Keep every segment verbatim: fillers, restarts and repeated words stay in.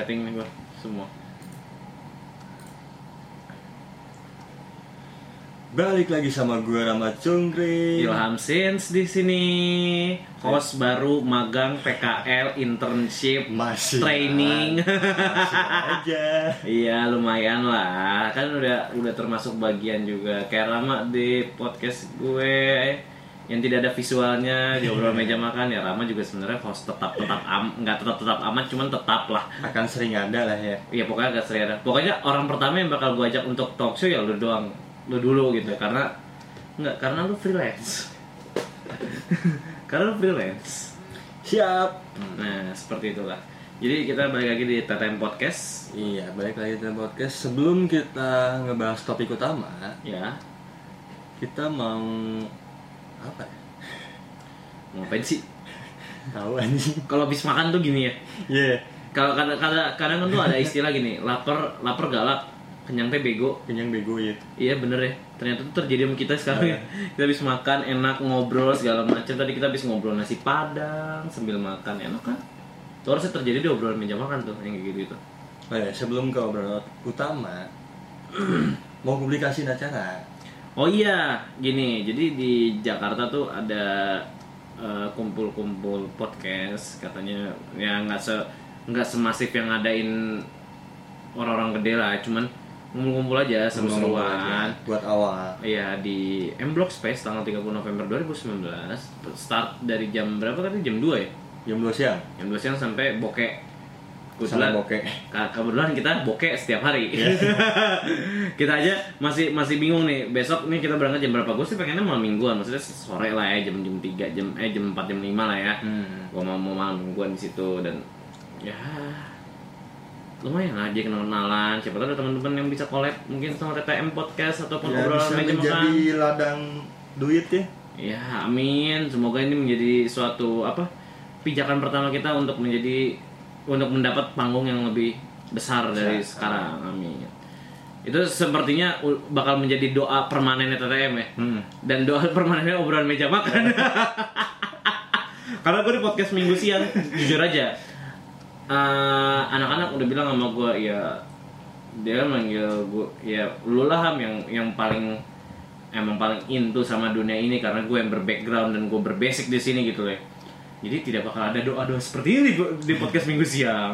setting nih gua semua. Balik lagi sama gue Rama Cungkring. Ilham Sins di sini, host baru magang P K L internship Masih training. Masih aja. Iya lumayan lah, kan udah udah termasuk bagian juga. Kayak Rama di podcast gue yang tidak ada visualnya di obrolan meja makan ya. Rama juga sebenarnya host tetap tetap am nggak tetap tetap amat, cuman tetap lah. Akan sering ada lah ya. Iya pokoknya agak sering ada. Pokoknya orang pertama yang bakal gue ajak untuk talk show ya lu doang. Lu dulu gitu ya. karena enggak karena lu freelance. Karena lu freelance. Siap. Nah, seperti itulah. Jadi kita balik lagi di T T M Podcast. Iya, balik lagi di podcast. Sebelum kita ngebahas topik utama, Ya. kita mau apa ya? Mau ngapain sih? Tahu anjing. Kalau habis makan tuh gini ya. Iya. Yeah. Kalau kadang kadang kadang kan tuh ada istilah gini, lapar lapar galak, kenyang teh bego. Kenyang bego ya. Iya bener ya. Ternyata itu terjadi sama kita sekarang. Ya. Kita habis makan enak ngobrol segala macam. Tadi kita habis ngobrol nasi padang sambil makan enak kan? Itu harusnya terjadi di obrolan meja makan tuh yang kayak gitu itu. Oh ya, sebelum ke obrolan utama, mau publikasiin acara. Oh iya, gini. Jadi di Jakarta tuh ada uh, kumpul-kumpul podcast katanya ya nggak se nggak semasif yang ngadain orang-orang gede lah, cuman ngumpul-ngumpul aja seru-seruan buat awal. Iya di M Block Space tanggal tiga puluh November dua ribu sembilan belas. Start dari jam berapa tadi? Jam dua ya? Jam dua siang. Jam dua siang sampai bokeh. Kebetulan bokeh. Kebetulan kita bokeh setiap hari. Yeah. Kita aja masih masih bingung nih. Besok nih kita berangkat jam berapa? Gue sih pengennya malam mingguan, maksudnya sore lah ya, jam jam tiga, jam eh jam empat, jam lima lah ya. Hmm. Gue mau mau malam mingguan di situ dan ya lumayan aja kenal-kenalan. Siapa tahu ada teman-teman yang bisa collab mungkin sama T T M Podcast ataupun ya, obrolan meja makan. Jadi ladang duit ya. Ya, amin. Semoga ini menjadi suatu apa? Pijakan pertama kita untuk menjadi untuk mendapat panggung yang lebih besar dari Siap. sekarang. Amin. Itu sepertinya bakal menjadi doa permanennya T T M ya. Hmm. Dan doa permanennya obrolan meja makan. Karena gue di podcast minggu siang jujur aja. Uh, anak-anak udah bilang sama gue ya dia manggil gue ya lu lah Ham yang yang paling emang paling into sama dunia ini karena gue yang berbackground dan gue berbasic di sini gitu loh. Jadi tidak bakal ada doa-doa seperti ini di podcast minggu siang.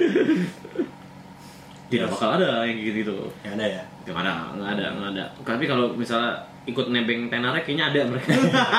Tidak bakal ada yang gitu gitu. Nggak ada ya? Nggak ada, nggak ada, nggak ada. Tapi kalau misalnya ikut nebeng tenarnya kayaknya ada mereka.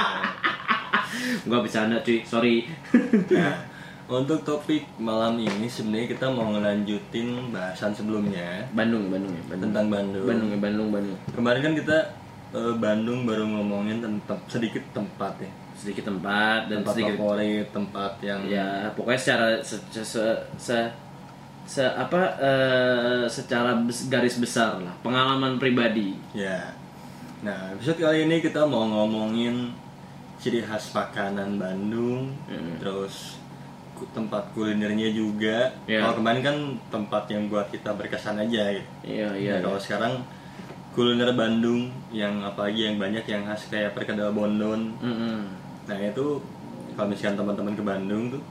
Gua bisa anda cuy, sorry. Nah, untuk topik malam ini sebenarnya kita mau ngelanjutin bahasan sebelumnya. Bandung, Bandung ya, Bandung. Tentang Bandung. Bandung ya, Bandung, Bandung. Kemarin kan kita eh, Bandung baru ngomongin tentang sedikit tempat ya. Sedikit tempat dan tempat sedikit favorit, tempat yang ya pokoknya secara se, se, se, se, se apa uh, secara bes, garis besar lah pengalaman pribadi. Ya. Nah, episode kali ini kita mau ngomongin ciri khas makanan Bandung, hmm. terus tempat kulinernya juga. Ya. Kalau kemarin kan tempat yang buat kita berkesan aja gitu. Iya, iya. Nah, kalau ya. sekarang kuliner Bandung yang apalagi yang banyak yang khas kayak perkedel Bondon. Mm-hmm. Nah itu kalau misalkan teman-teman ke Bandung tuh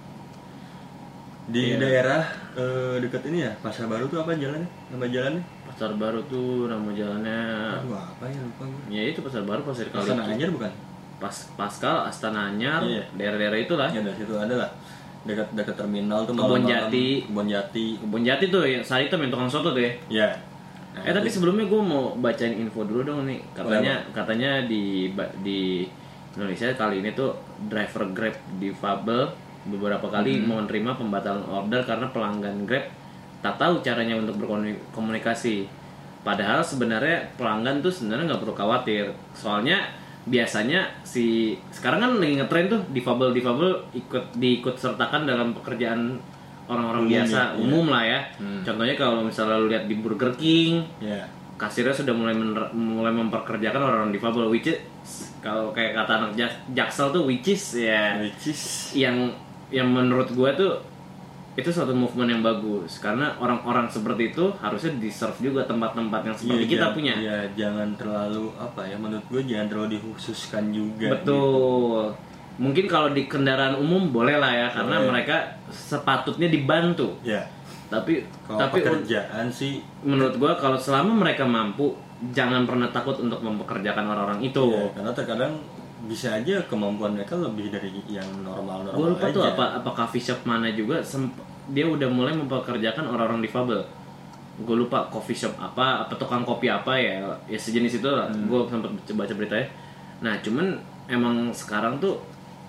di yeah. daerah eh, dekat ini ya Pasar Baru tuh apa jalannya? Nama jalannya? Pasar Baru tuh nama jalannya. Aduh, apa ya lupa gue. Ya itu Pasar Baru Pasir Kali. Astana Anyar bukan? Pas Pascal Astana Anyar. Yeah. Daerah-daerah itulah. Ya dari situ ada lah. Dekat-dekat terminal tuh Kebon Jati. Kebon Jati. Kebon Jati tuh yang saat itu yang tukang soto tuh ya. Iya. Yeah. Nah, eh tapi sebelumnya gue mau bacain info dulu dong nih. Katanya oh, katanya di di Indonesia kali ini tuh driver Grab difabel beberapa kali hmm. mau menerima pembatalan order karena pelanggan Grab tak tahu caranya untuk berkomunikasi. Padahal sebenarnya pelanggan tuh sebenarnya nggak perlu khawatir. Soalnya biasanya si sekarang kan lagi ngetren tuh difabel difabel ikut diikut sertakan dalam pekerjaan orang-orang umum biasa ya, umum iya. lah ya. Hmm. Contohnya kalau misalnya lu lihat di Burger King, yeah. kasirnya sudah mulai mener- mulai memperkerjakan orang-orang difabel, which is kalau kayak kata anak Jaksel tuh which is ya, which is yang yang menurut gue tuh itu suatu movement yang bagus karena orang-orang seperti itu harusnya di-serve juga tempat-tempat yang seperti yeah, kita jangan, punya. Iya, jangan terlalu apa ya menurut gue jangan terlalu dikhususkan juga. Betul. Gitu. Mungkin kalau di kendaraan umum boleh lah ya karena boleh. Mereka sepatutnya dibantu. Ya. Tapi kalau tapi pekerjaan sih menurut gua kalau selama mereka mampu, jangan pernah takut untuk mempekerjakan orang-orang itu. Ya, karena terkadang bisa aja kemampuan mereka lebih dari yang normal-normal aja. Gue lupa tuh apa apa coffee shop mana juga semp- dia udah mulai mempekerjakan orang-orang difabel. Gue lupa coffee shop apa, apa tukang kopi apa ya, ya sejenis itu lah. Hmm. Gue sempat baca beritanya. Nah, cuman emang sekarang tuh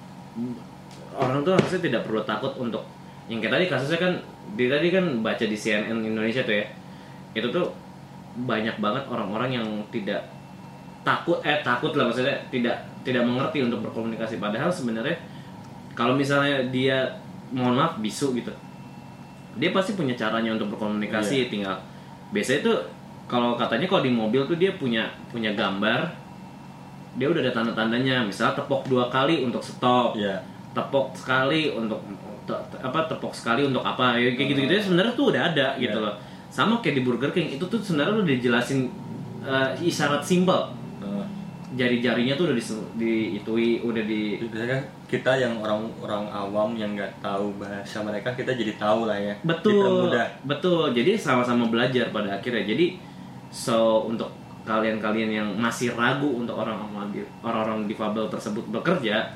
orang tuh harusnya tidak perlu takut untuk yang kayak tadi kasusnya kan, di tadi kan baca di C N N Indonesia tuh ya. Itu tuh banyak banget orang-orang yang tidak takut eh takut lah maksudnya tidak tidak mengerti untuk berkomunikasi, padahal sebenarnya kalau misalnya dia mohon maaf bisu gitu, dia pasti punya caranya untuk berkomunikasi. Yeah. Tinggal biasanya tuh kalau katanya kalau di mobil tuh dia punya punya gambar, dia udah ada tanda-tandanya, misalnya tepok dua kali untuk stop, yeah. tepok sekali untuk te- apa tepok sekali untuk apa ya, kayak gitu-gitu ya sebenarnya tuh udah ada gitu yeah. loh. Sama kayak di Burger King itu tuh sebenarnya udah dijelasin uh, isyarat simpel. Uh. Jari-jarinya tuh udah di, di itui, udah di. Biasanya kita yang orang-orang awam yang nggak tahu bahasa mereka, kita jadi tahu lah ya. Betul. Betul. Jadi sama-sama belajar pada akhirnya. Jadi so untuk kalian-kalian yang masih ragu untuk orang-orang orang-orang difabel tersebut bekerja,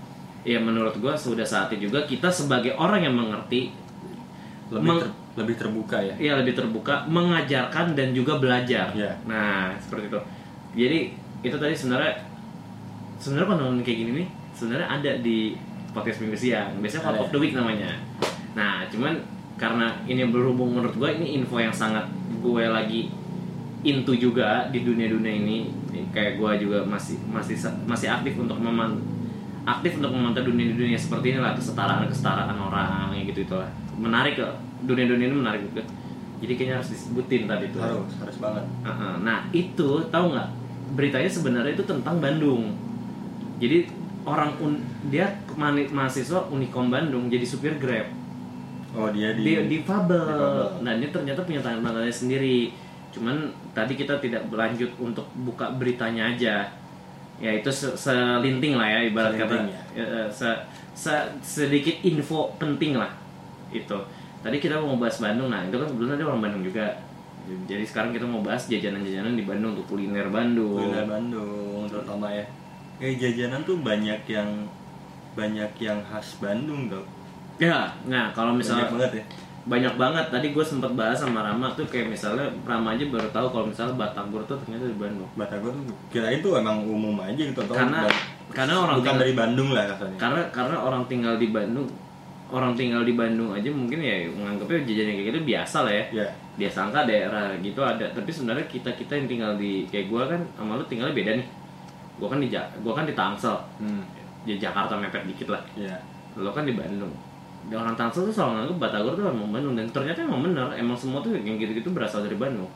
ya menurut gue sudah saatnya juga kita sebagai orang yang mengerti lebih meng- ter- lebih terbuka ya. Iya, lebih terbuka, mengajarkan dan juga belajar. Yeah. Nah, seperti itu. Jadi itu tadi sebenarnya sebenarnya pandangan kayak gini nih sebenarnya ada di podcast Minggu Siang. Biasanya Quote of the Week namanya. Nah, cuman karena ini berhubung menurut gue ini info yang sangat gue lagi into juga di dunia-dunia ini. Kayak gue juga masih masih masih aktif untuk meman aktif untuk memantau dunia-dunia seperti inilah, kesetaraan-kesetaraan orang ya gitu itulah. Menarik kok. Dunia-dunia ini menarik juga. Jadi kayaknya harus disebutin tadi itu. Harus, harus banget. Uh-uh. Nah, itu tahu nggak? Beritanya sebenarnya itu tentang Bandung. Jadi orang un, dia mahasiswa Unikom Bandung jadi supir Grab. Oh, dia di di, di Fabel. Nah, dia ternyata punya tanda-tandanya sendiri. Cuman tadi kita tidak berlanjut untuk buka beritanya aja. Ya itu selinting lah ya, ibarat kata ya. se, se, sedikit info penting lah itu. Tadi kita mau bahas Bandung, nah itu kan sebelumnya ada orang Bandung juga. Jadi sekarang kita mau bahas jajanan-jajanan di Bandung, untuk kuliner Bandung. Kuliner Bandung terutama ya. Kayak jajanan tuh banyak yang banyak yang khas Bandung tuh. Ya, nah kalau misalnya banyak banget ya. Banyak banget. Tadi gue sempat bahas sama Rama tuh kayak misalnya Rama aja baru tahu kalau misalnya Batagor tuh ternyata di Bandung. Batagor tuh kirain tuh emang umum aja gitu, karena dan, karena orang bukan tinggal, dari Bandung lah katanya. Karena karena orang tinggal di Bandung, orang tinggal di Bandung aja mungkin ya menganggapnya jajanan kayak gitu biasa lah ya. Yeah. Dia sangka daerah gitu ada, tapi sebenarnya kita kita yang tinggal di kayak gue kan sama lu tinggalnya beda nih. Gue kan di gue kan di Tangsel, hmm. di Jakarta mepet dikit lah. Yeah. Lo kan di Bandung. Dan orang Tangsel tuh selalu nganggep Batagor tuh emang Bandung, dan ternyata emang bener, emang semua tuh yang gitu-gitu berasal dari Bandung.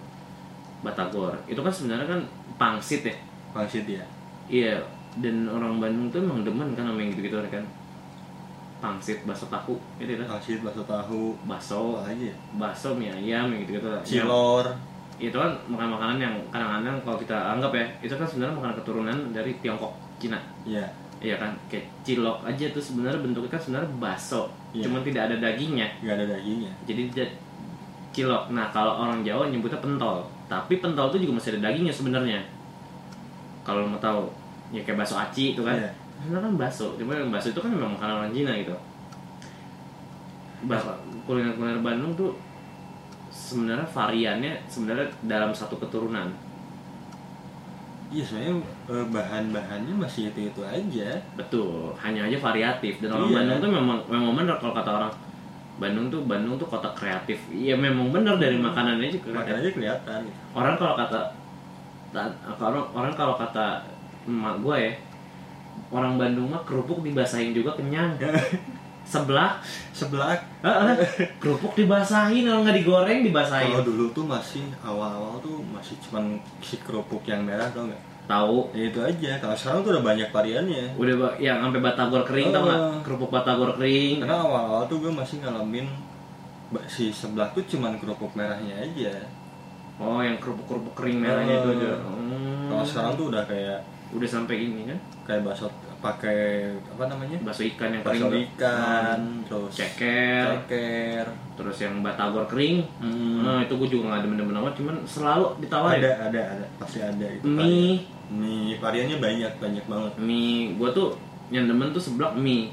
Batagor itu kan sebenarnya kan pangsit ya. Pangsit ya. Iya, dan orang Bandung tuh emang demen kan sama yang gitu-gitu kan. Pangsit, bakso tahu, gitu kan. Pangsit, bakso tahu, bakso aja. Bakso mie ayam yang gitu-gitu. Cilor. Itu kan makanan-makanan yang kadang-kadang kalau kita anggap ya, itu kan sebenarnya makanan keturunan dari Tiongkok, Cina. Iya. Yeah. Iya kan, kayak cilok aja tuh sebenarnya bentuknya kan sebenarnya bakso, yeah. Cuman tidak ada dagingnya. Nggak ada dagingnya. Jadi cilok. Nah kalau orang Jawa nyebutnya pentol, tapi pentol tuh juga masih ada dagingnya sebenarnya. Kalau mau tahu, ya kayak bakso aci itu kan, yeah. Sebenarnya kan bakso, cuma bakso itu kan memang makanan orang Cina gitu. Bah, kuliner-kuliner Bandung tuh sebenarnya variannya sebenarnya dalam satu keturunan. Iya, soalnya bahan-bahannya masih itu-itu aja. Betul, hanya aja variatif. Dan orang iya. Bandung tuh memang memang benar kalau kata orang Bandung tuh Bandung tuh kota kreatif. Iya memang benar dari makanannya aja kelihatan. Makanannya kelihatan. Orang kalau kata orang orang kalau kata emak gue ya, orang Bandung mah kerupuk dibasahin juga kenyang. Sebelah, sebelah, kerupuk dibasahin, kalau nggak digoreng dibasahin. Kalau dulu tuh masih awal-awal tuh masih cuman si kerupuk yang merah, tau nggak? Tahu. Ya itu aja. Kalau sekarang tuh udah banyak variannya. Udah yang sampai batagor kering, uh, tau nggak? Kerupuk batagor kering. Karena awal-awal tuh gue masih ngalamin si sebelah tuh cuman kerupuk merahnya aja. Oh, yang kerupuk-kerupuk kering merahnya uh, itu aja. Hmm. Kalau sekarang tuh udah kayak udah sampai ini kan? Kayak bakso pakai apa namanya bakso ikan yang bakso kering ikan hmm. terus ceker ceker terus yang batagor kering hmm. nah itu gue juga nggak demen-demen amat cuman selalu ditawarin ada ada ada pasti ada itu mie varian. Mie variannya banyak banyak banget mie gue tuh yang demen tuh seblak mie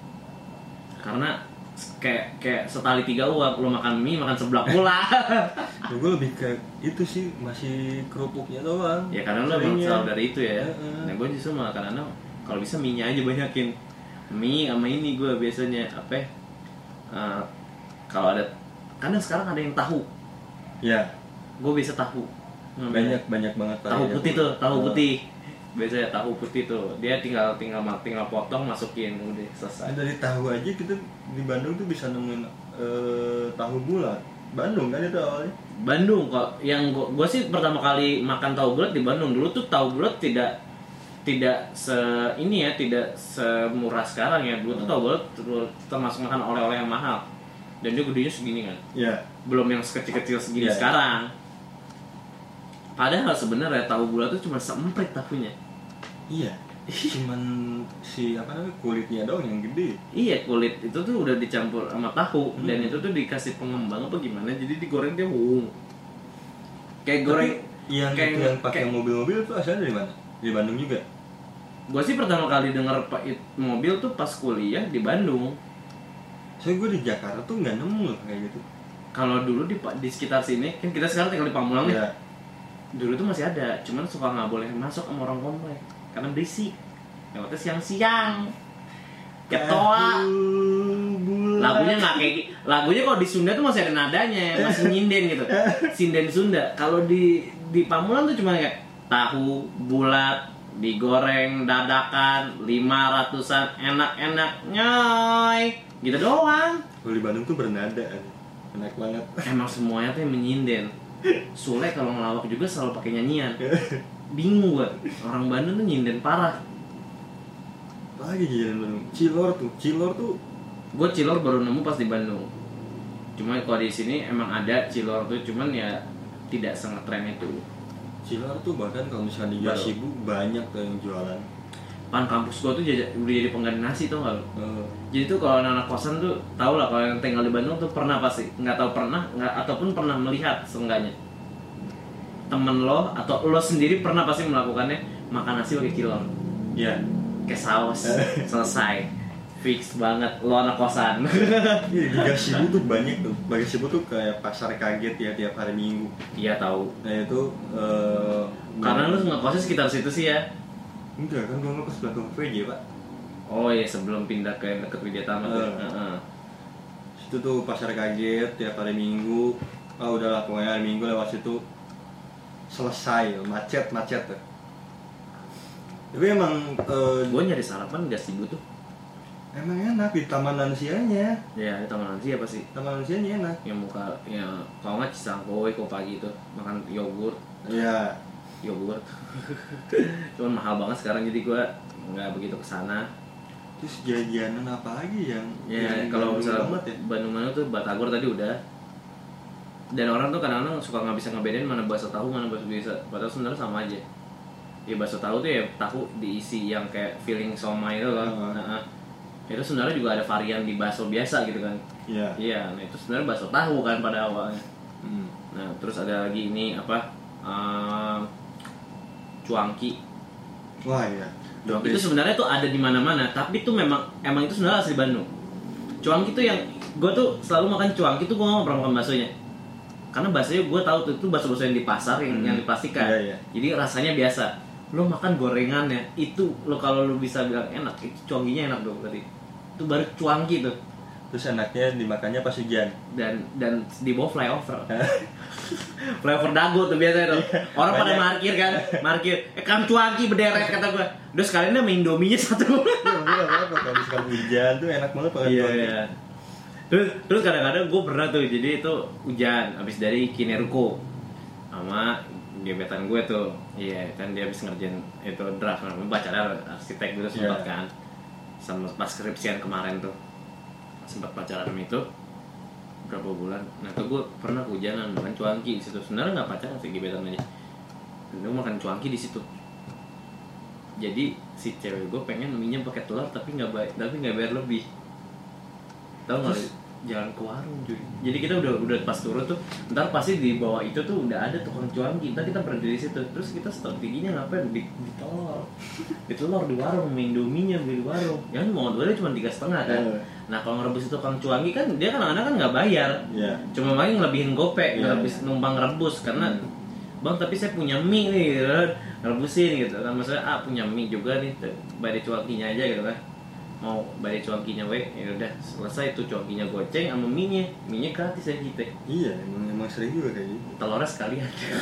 karena kayak kayak setali tiga uang lo makan mie makan seblak pula. Gue lebih ke itu sih masih kerupuknya doang ya karena lo emang selalu dari itu ya uh-uh. Nah gue justru malah karena kalau bisa mie nya aja banyakin mie sama ini gue biasanya apa uh, kalau ada kadang sekarang ada yang tahu ya gue bisa tahu banyak banyak banget tahu putih tuh tahu putih biasanya tahu putih tuh dia tinggal tinggal tinggal potong masukin udah selesai. Dari tahu aja kita di Bandung tuh bisa nemuin uh, tahu bulat Bandung kan itu awalnya Bandung kok yang gua, gua sih pertama kali makan tahu bulat di Bandung dulu tuh tahu bulat tidak tidak se ini ya tidak semurah sekarang ya dulu tuh tahu bulat termasuk makan oleh-oleh yang mahal dan dia gedenya segini kan ya belum yang sekecil-kecil segini ya. Sekarang padahal sebenarnya tahu bulat tuh cuma seemprit tahunya. Iya, cuman si apa namanya kulitnya doang yang gede. Iya kulit itu tuh udah dicampur sama tahu hmm. Dan itu tuh dikasih pengembang apa gimana jadi digoreng dia wow. Kayak goreng tapi yang kayak itu yang pakai mobil-mobil tuh asalnya dari mana? Di Bandung juga. Gue sih pertama kali denger mobil tuh pas kuliah di Bandung. Soalnya gue di Jakarta tuh nggak nemu loh kayak gitu. Kalau dulu di di sekitar sini kan kita sekarang tinggal di Pamulang nih. Ya. Dulu tuh masih ada, cuman suka nggak boleh masuk sama orang komplek karena berisik. Lewatnya siang-siang. Ketoa. Lagunya nggak kayak lagunya kalau di Sunda tuh masih ada nadanya, masih nyinden gitu. Sinden Sunda. Kalau di di Pamulang tuh cuma kayak tahu bulat digoreng dadakan lima ratusan enak-enak nyoy gitu doang. Kalau di Bandung tuh bernada, enak banget. Emang semuanya tuh yang menyinden. Sule kalau ngelawak juga selalu pakai nyanyian. Bingung gua, orang Bandung tuh nyinden parah. Lagi jalan Bandung, Cilor tuh, Cilor tuh. Gua Cilor baru nemu pas di Bandung. Cuma kalau di sini emang ada Cilor tuh, cuman ya tidak sengetren itu. Cilor tuh bahkan kalau misalnya di Gasibu banyak tuh yang jualan. Pan kampus gua tuh jadi udah jadi pengganti nasi tuh nggak lo? Oh. Jadi tuh kalau anak kosan tuh tau lah kalau yang tinggal di Bandung tuh pernah pasti nggak tahu pernah nggak ataupun pernah melihat seenggaknya temen lo atau lo sendiri pernah pasti melakukannya makan nasi pakai cilor. Iya. Kayak saus selesai fix banget lo anak kosan. Iya di Gasibu tuh banyak tuh. Gasibu tuh kayak pasar kaget ya tiap hari Minggu. Iya tahu. Nah itu uh, karena lo ngekosnya sekitar situ sih ya. Enggak kan gue ngekos belakang V J pak. Oh iya sebelum pindah ke deket Widyatama tuh. Uh. Uh-uh. Situ tuh pasar kaget tiap hari Minggu. Ah oh, udahlah pokoknya hari Minggu lewat situ selesai macet macet tuh. Tapi emang uh, gue nyari sarapan gak sibuk tuh. Emang enak di taman lansianya. Ya di taman lansia apa sih? Taman lansianya enak. Yang muka ya kalau nggak Cisangkui kok pagi tuh makan yogurt. Iya. Yogurt. Cuman mahal banget sekarang jadi gue nggak begitu kesana. Terus jajanan apa lagi yang ya kalau misalnya ya? Bandung mana tuh batagor tadi udah. Dan orang tuh kadang-kadang suka nggak bisa ngebedain mana bakso tahu mana bakso biasa. Padahal sebenarnya sama aja. Ya bakso tahu tuh ya tahu diisi yang kayak filling somai itu kan. Uh-huh. Nah, itu sebenarnya juga ada varian di bakso biasa gitu kan. Iya. Yeah. Iya, nah itu sebenarnya bakso tahu kan pada awalnya. Hmm. Nah terus ada lagi ini apa? Um, cuangki. Wah ya. Cuangki itu sebenarnya tuh ada di mana-mana, tapi itu memang emang itu sebenarnya asli Bandung. Cuangki tuh yang gue tuh selalu makan cuangki tuh gue nggak pernah makan baksonya. Karena baksonya gue tahu tuh itu bakso-bakso yang di pasar yang hmm. yang dipastikan. Yeah, yeah. Jadi rasanya biasa. Lo makan gorengannya itu lo kalau lo bisa bilang enak itu cuangkinya enak dong berarti. Itu baru cuangki tuh. Terus enaknya dimakannya pas hujan dan dan di bawah flyover. Flyover dago tuh biasanya tuh. Orang pada parkir kan, parkir. Eh kan cuangki berderet kata gue. Udah sekalian sama Indominya satu. Iya, apa kalau misalkan hujan tuh enak banget pakai iya, iya. Terus terus kadang-kadang gue pernah tuh jadi itu hujan habis dari Kineruko sama gebetan gue tuh. Iya, kan dia habis ngerjain itu draft namanya pacarnya arsitek gitu sempat yeah. kan. Sama pas skripsian kemarin tuh. Sempat pacaran sama itu berapa bulan. Nah tuh gue pernah kehujanan makan cuangki di situ. Sebenarnya nggak pacaran sih gebetan aja. Gue makan cuangki di situ. Jadi si cewek gue pengen minyak pakai telur tapi nggak bayar, tapi nggak bayar lebih. Tahu nggak? Jalan ke warung cuy. Jadi kita udah udah pas turun tuh, ntar pasti di bawah itu tuh udah ada tukang cuanki. Kita kita berdiri di situ. Terus kita strateginya ngapain? Di, di telur, di telur di warung, Indominya beli di warung. Ya kan mau telurnya cuma tiga setengah kan. Uh. Nah kalau ngerebus itu tukang cuanki kan dia kan kadang-kadang kan nggak bayar. Yeah. Cuma main ngelebihin gopek, yeah, ngerebus yeah. numpang rebus karena hmm. bang tapi saya punya mie nih, gitu kan. Rebusin gitu kan. Maksudnya ah punya mie juga nih, bayar cuankinya aja gitu kan. Mau bayar cuankinya we, ya udah selesai tuh cuankinya goceng sama mie-nya, mie-nya gratis aja kita. Iya, emang, emang sering juga kayak gitu. Telurnya sekalian.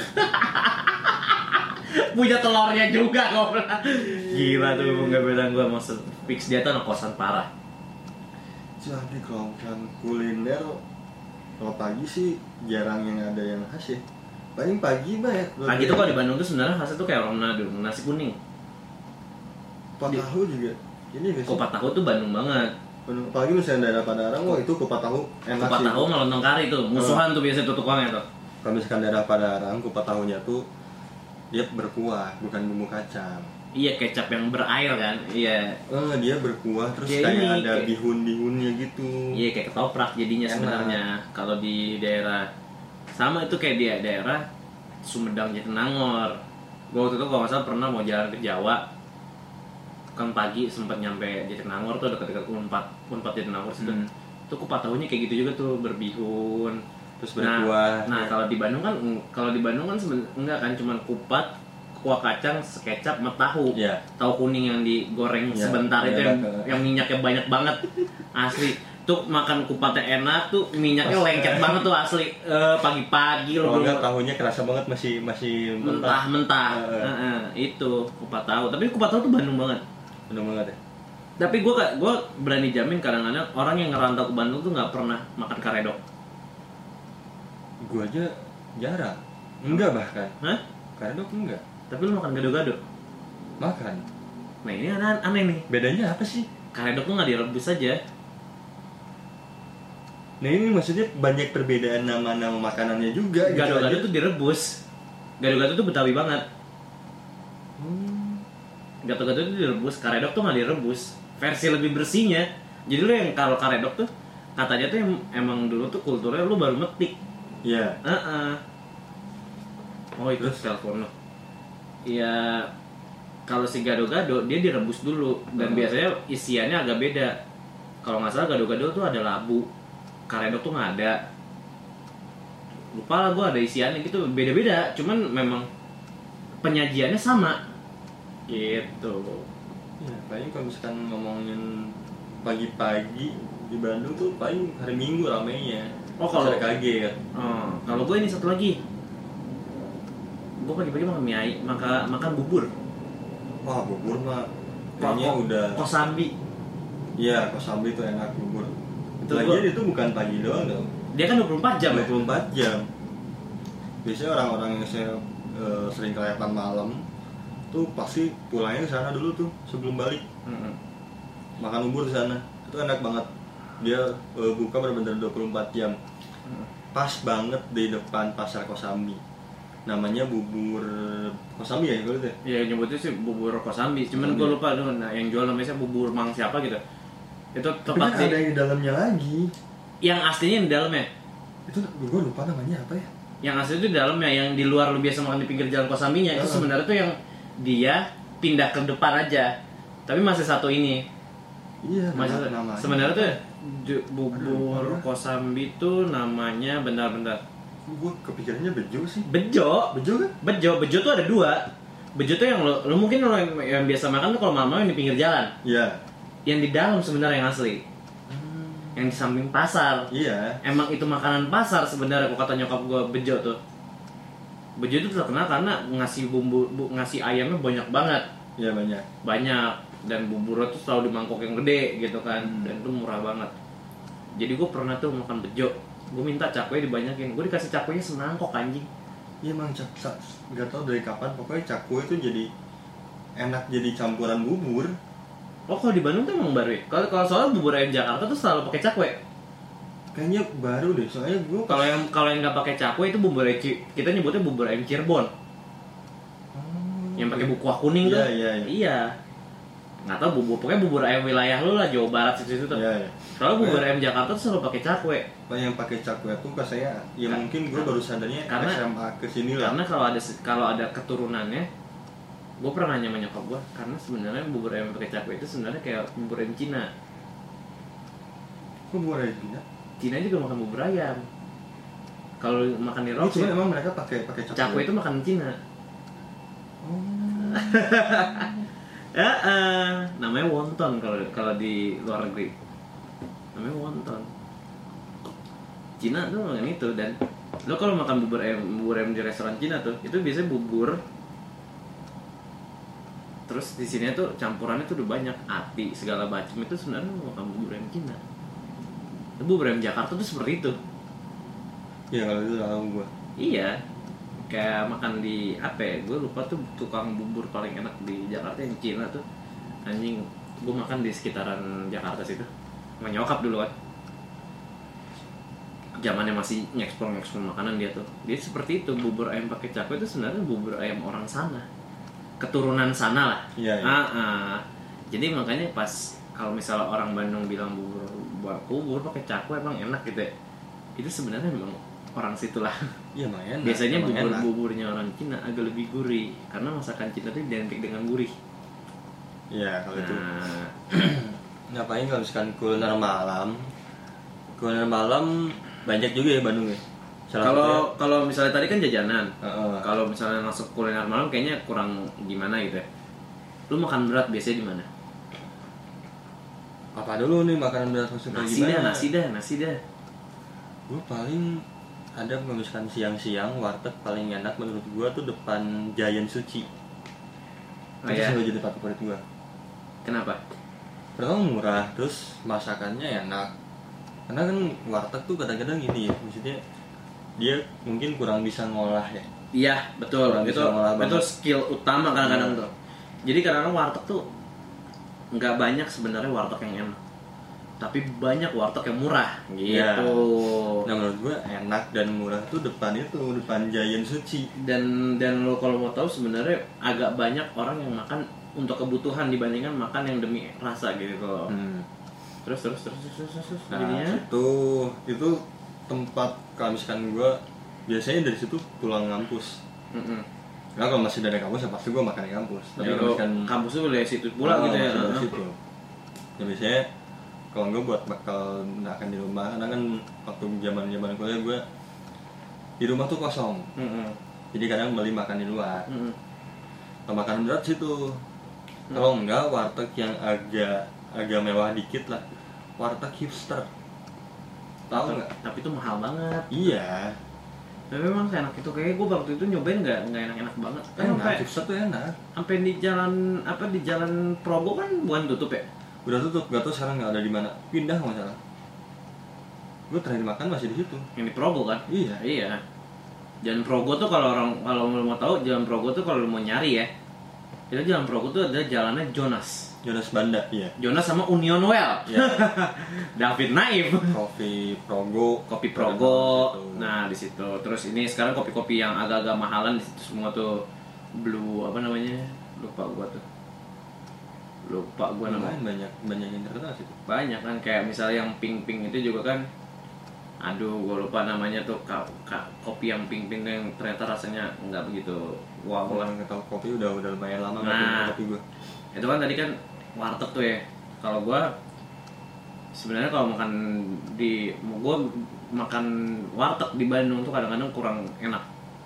Punya telurnya juga kok. Gila tuh nggak beda gue mau fix dia tuh anak kosan parah. Jadi kalau kan kuliner kalau pagi sih jarang yang ada yang khas ya. Paling pagi banyak. Pagi tuh kalau di Bandung tuh sebenarnya khasnya tuh kayak orang Manado, nasi kuning. Kupat tahu juga. Ini kupat tahu tuh Bandung banget. Bandung. Apalagi misalnya daerah Padalarang, wah itu kupat tahu enak kupat sih. Kupat tahu sama lontong kari tuh, musuhan oh. tuh biasanya tuh tukangnya tuh. Kalau misalkan daerah Padalarang, kupat tahunya tuh dia berkuah, bukan bumbu kacang. Iya, kecap yang berair kan? Iya. Eh, dia berkuah terus ya, kayak ini, ada kayak... bihun-bihunnya gitu. Iya, kayak ketoprak jadinya enak. Sebenarnya. Kalau di daerah sama itu kayak di daerah Sumedang Jatinangor. Gua waktu itu kalau nggak salah pernah mau jalan ke Jawa. Kan pagi sempat nyampe Jatinangor tuh dekat-dekat Unpad, Unpad Jatinangor situ. Hmm. Tuh kupat tahunya kayak gitu juga tuh berbihun, terus berkuah. Nah, nah ya. kalau di Bandung kan kalau di Bandung kan sebenarnya enggak kan cuman kupat, kuah kacang, sekecap, sama tahu. Yeah. Tahu kuning yang digoreng yeah. sebentar yeah, itu yang, yang minyaknya banyak banget. Asli. Tuh makan kupatnya enak tuh minyaknya lengket banget tuh asli. Uh, pagi-pagi loh. Kalau tahunya kerasa banget masih masih mentah-mentah. Uh, uh. uh, uh, itu kupat tahu. Tapi kupat tahu tuh Bandung banget. Bandung banget ya. Tapi gue gue berani jamin kadang-kadang orang yang ngerantau ke Bandung tuh nggak pernah makan karedok. Gue aja jarang. Enggak bahkan. Hah? Karedok enggak. Tapi lu makan gado-gado? Makan. Nah ini aneh, aneh nih. Bedanya apa sih? Karedok tuh nggak direbus aja. Nah ini maksudnya banyak perbedaan nama-nama makanannya juga. Gado-gado gitu tuh direbus. Gado-gado tuh Betawi banget. Hmm. Gato-gato itu direbus, karedok tuh nggak direbus, versi lebih bersihnya. Jadi lu yang kalau karedok tuh katanya tuh yang, emang dulu tuh kulturnya lu baru metik. Iya. Yeah. Uh-uh. Oh itu telepon lo. Iya. Kalau si gado-gado dia direbus dulu dan uh-huh. biasanya isiannya agak beda. Kalau nggak salah gado-gado tuh ada labu, karedok tuh nggak ada. Lupa lah gue ada isiannya gitu, beda-beda. Cuman memang penyajiannya sama. Gitu. Ya, paling kalau misalkan ngomongin pagi-pagi di Bandung tuh paling hari Minggu ramainya. Oh kalau kaget. Oh, kalau gue ini satu lagi. Gue pagi-pagi makan mie ayam, maka makan bubur. Wah, bubur mah kayaknya Kok, udah Kosambi. Iya, Kosambi itu enak bubur. Lagian itu bukan pagi doang dong. Dia kan dua puluh empat jam. dua puluh empat jam. Biasanya orang-orang yang saya, uh, sering kelihatan malam tuh pasti pulangnya ke sana dulu tuh sebelum balik. Mm-hmm. Makan bubur di sana. Itu enak banget. Dia uh, buka benar-benar dua puluh empat jam. Mm-hmm. Pas banget di depan Pasar Kosambi. Namanya bubur Kosambi ya kalau itu? Iya, nyebutnya sih bubur Kosambi. Cuman gue lupa tuh nah, yang jual namanya bubur Mang siapa gitu. Itu tepat sih. Ada yang di dalamnya lagi. Yang aslinya di dalamnya. Itu gue lupa namanya apa ya? Yang asli itu di dalamnya, yang di luar lu biasa makan di pinggir jalan Kosambinya. Uh-huh. Itu sebenarnya tuh yang dia pindah ke depan aja, tapi masih satu ini. Iya. Masih nama, sebenarnya tuh bubur Aduh, Kosambi tuh namanya bentar-bentar. Gue kepikirannya Bejo sih. Bejo. Bejo kan? Bejo. Bejo tuh ada dua. Bejo tuh yang lo, lo mungkin lo yang, yang biasa makan tuh kalau malam-malam yang di pinggir jalan. Iya. Yang di dalam sebenarnya yang asli. Hmm. Yang di samping pasar. Iya. Emang itu makanan pasar sebenarnya. Kok kata nyokap gue Bejo tuh. Bejo itu terkenal karena ngasih bumbu, bu, ngasih ayamnya banyak banget. Iya banyak. Banyak dan buburnya tuh selalu di mangkok yang gede gitu kan, hmm. dan itu murah banget. Jadi gue pernah tuh makan bejo, gue minta cakwe dibanyakin, gue dikasih cakwenya semangkok anjing. Iya emang cak, cak, gak tau dari kapan pokoknya cakwe itu jadi enak jadi campuran bubur. Oh kalau di Bandung tuh emang baru ya? Kalau kalau soal bubur ayam Jakarta tuh selalu pakai cakwe. Kayaknya baru deh, soalnya gue kalau yang kalau yang nggak pakai cakwe itu bubur ayam, kita nyebutnya bubur ayam Cirebon. Oh yang pakai kuah kuning tuh. Iya, iya, iya. Iya. Nggak tahu bubur, pokoknya bubur ayam wilayah lu lah, Jawa Barat situ-situ tuh. Iya, iya. Kalau bubur ayam Jakarta tuh selalu pakai cakwe. Kalau yang pakai cakwe tuh pas saya ya Ka- mungkin gue baru sadarnya karena- S M A ke sini lah. Karena kalau ada kalau ada keturunannya, gue pernah nanya sama nyokap gue, karena sebenarnya bubur ayam pakai cakwe itu sebenarnya kayak bubur ayam Cina. Kok bubur ayam Cina? Cina juga makan bubur ayam. Kalau makan di Ini Roxy, cuma emang mereka pakai pakai cakwe. cakwe itu makan Cina. Oh. Ya, eh, namanya wonton kalau kalau di luar negeri. Namanya wonton. Cina tuh makan itu, dan lo kalau makan bubur ayam bubur ayam di restoran Cina tuh, itu biasanya bubur. Terus di sini tuh campurannya tuh udah banyak, ati segala macam, itu sebenarnya makan bubur ayam Cina. Bubur ayam Jakarta tuh seperti itu. Iya kalau itu tahu gue. Iya, kayak makan di apa ya, gue lupa tuh tukang bubur paling enak di Jakarta yang Cina tuh. Anjing, gue makan di sekitaran Jakarta situ sama nyokap dulu kan, zamannya masih ngekspor ngekspor makanan dia tuh. Dia seperti itu, bubur ayam pakai cakwe itu sebenarnya bubur ayam orang sana, keturunan sana lah. Iya, iya. Ah, ah. Jadi makanya pas kalau misalnya orang Bandung bilang bubur bubur pakai cakwe emang enak gitu ya, itu sebenarnya memang orang situ lah. Iya emang enak. Biasanya emang bubur enak. buburnya orang Cina agak lebih gurih, karena masakan Cina itu identik dengan gurih. Iya kalau itu. Nah, Ngapain kalau misalkan kuliner malam? Kuliner malam banyak juga ya Bandung ya. Salah kalau satunya- kalau misalnya tadi kan jajanan, Heeh. kalau misalnya masuk kuliner malam kayaknya kurang gimana gitu ya. Lu makan berat biasanya di mana? apa dulu nih makanan berat maksudnya Nasi dah, gimana? nasi dah, nasi dah. Gue paling ada kalau misalkan siang-siang warteg paling enak menurut gue tuh depan Giant Suci. Oh, Itu ya? selalu jadi favorit gue. Kenapa? Pertama murah, terus masakannya enak. Karena kan warteg tuh kadang-kadang gini ya, maksudnya dia mungkin kurang bisa ngolah ya. Iya, betul. Kurang Itu bisa ngolah itu banget. skill utama kadang-kadang Iya. tuh. Jadi kadang-kadang warteg tuh nggak banyak sebenarnya warteg yang enak, tapi banyak warteg yang murah gitu. Iya. Nah menurut gue enak dan murah tuh depan itu, depan Giant Suci. Dan dan lo kalau mau tahu sebenarnya agak banyak orang yang makan untuk kebutuhan dibandingkan makan yang demi rasa gitu loh. Hmm. Terus terus terus terus terus, terus Nah jadinya itu itu tempat kalau misalkan gue biasanya dari situ pulang kampus. mm-mm. Nah kalau masih dari kampus ya pasti gue makan di kampus. Tapi Jadi kalau lo misalkan kampus tuh dari situ pula oh, gitu ya. masih dari Heeh. situ. Ya biasanya kalau gue buat bakal makan di rumah karena kan waktu zaman zaman kuliah gue di rumah tuh kosong. Mm-mm. Jadi kadang beli makan di luar. Mm-mm. Nah, makan berat situ. Kalau enggak warteg yang agak agak mewah dikit lah. Warteg hipster. Tahu nggak? Tapi itu mahal banget. Iya. Tapi memang enak itu, kayak gue waktu itu nyobain nggak nggak enak-enak banget. Kan sampai Enak, hipster tuh enak. sampai di jalan apa di jalan Progo kan bukan tutup ya? Udah tutup, gak tau sekarang nggak ada di mana. Pindah nggak salah. Gue terakhir makan masih di situ. Yang di Progo kan? Iya. Iya. Jalan Progo tuh kalau orang kalau lo mau tahu jalan Progo tuh kalau lo mau nyari ya, itu jalan Progo tuh ada jalannya Jonas. Jonas Banda, iya. Jonas sama Union Well. Iya. David Naif. Kopi Progo, Kopi Progo. Situ. Nah, di situ. Terus ini sekarang kopi-kopi yang agak-agak mahalan di situ semua tuh. Blue apa namanya? Lupa gua tuh. Lupa gua namanya. Lumayan banyak banyak yang terkenal situ. Banyak kan, kayak misalnya yang pink-pink itu juga kan. Aduh, gua lupa namanya tuh ka, ka, kopi yang pink-pink yang ternyata rasanya nggak begitu wow Kalau lah. nggak tahu kopi udah udah lumayan lama nggak Nah. minum kopi gue. Itu kan tadi kan warteg tuh ya. Kalau gua sebenarnya kalau makan di gua makan warteg di Bandung tuh kadang-kadang kurang enak.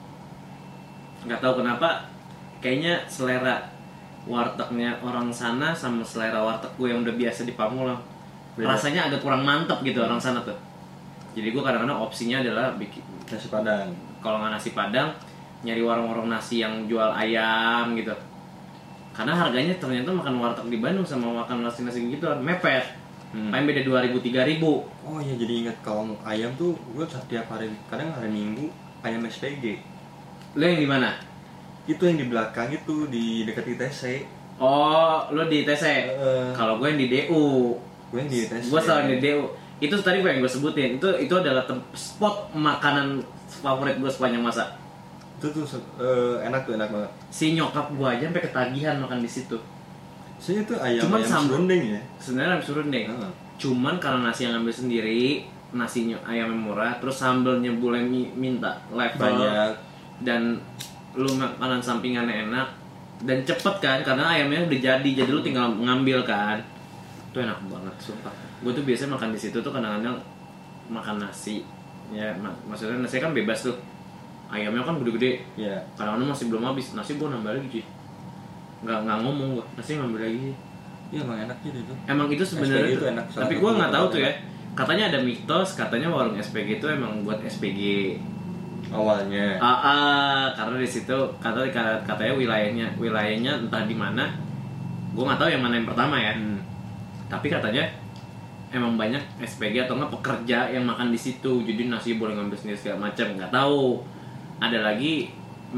Nggak tahu kenapa, kayaknya selera wartegnya orang sana sama selera warteg gue yang udah biasa di Pamulang Beda. rasanya agak kurang mantep gitu orang sana tuh. Jadi gue kadang-kadang opsinya adalah bikin, Nasi Padang. kalau nggak nasi Padang, nyari warung-warung nasi yang jual ayam gitu. Karena harganya ternyata makan warteg di Bandung sama makan nasi-nasi gitu mepet. Hmm. Paling beda dua ribu tiga ribu. Oh iya jadi ingat kalau ayam tuh gue setiap hari kadang hari Minggu ayam S P G. Lo yang di mana? Itu yang di belakang itu di dekat I T C. Oh, lo di T C. Heeh. Kalau gue yang di D U. Gue yang di I T C. Gue selalu di D U. Itu tadi gue yang gue sebutin. Itu itu adalah tem- spot makanan favorit gue sepanjang masa. Itu tuh uh, enak tuh, enak banget. Si nyokap gua aja sampai ketagihan makan di situ. Saya itu ayam Cuman ayam serundeng ya. Sebenarnya ayam serundeng. Uh. Cuman karena nasi yang ngambil sendiri, nasinya ayam yang murah, terus sambelnya boleh minta level banyak, dan lu makanan sampingannya enak dan cepet kan karena ayamnya udah jadi, jadi lu tinggal ngambil kan. Itu enak banget sumpah. Gue tuh biasanya makan di situ tuh kadang-kadang makan nasi. Ya mak- maksudnya nasi kan bebas tuh. Ayamnya kan gede-gede. Iya. Yeah. Kadang-kadang masih belum habis, nasi gue nambah lagi cuy. Nggak nggak ngomong gue, nasi ngambil lagi. Iya emang enak gitu tuh. Emang itu sebenarnya tuh, enak, tapi gue nggak tahu tuh ya. Katanya ada mitos, katanya warung S P G itu emang buat S P G awalnya. Ah, ah karena di situ kata katanya wilayahnya wilayahnya entah di mana. Gue nggak tahu yang mana yang pertama ya. Hmm. Tapi katanya emang banyak S P G atau nggak pekerja yang makan di situ, jadi nasi boleh ngambil sendiri segala macam. Nggak tahu. Ada lagi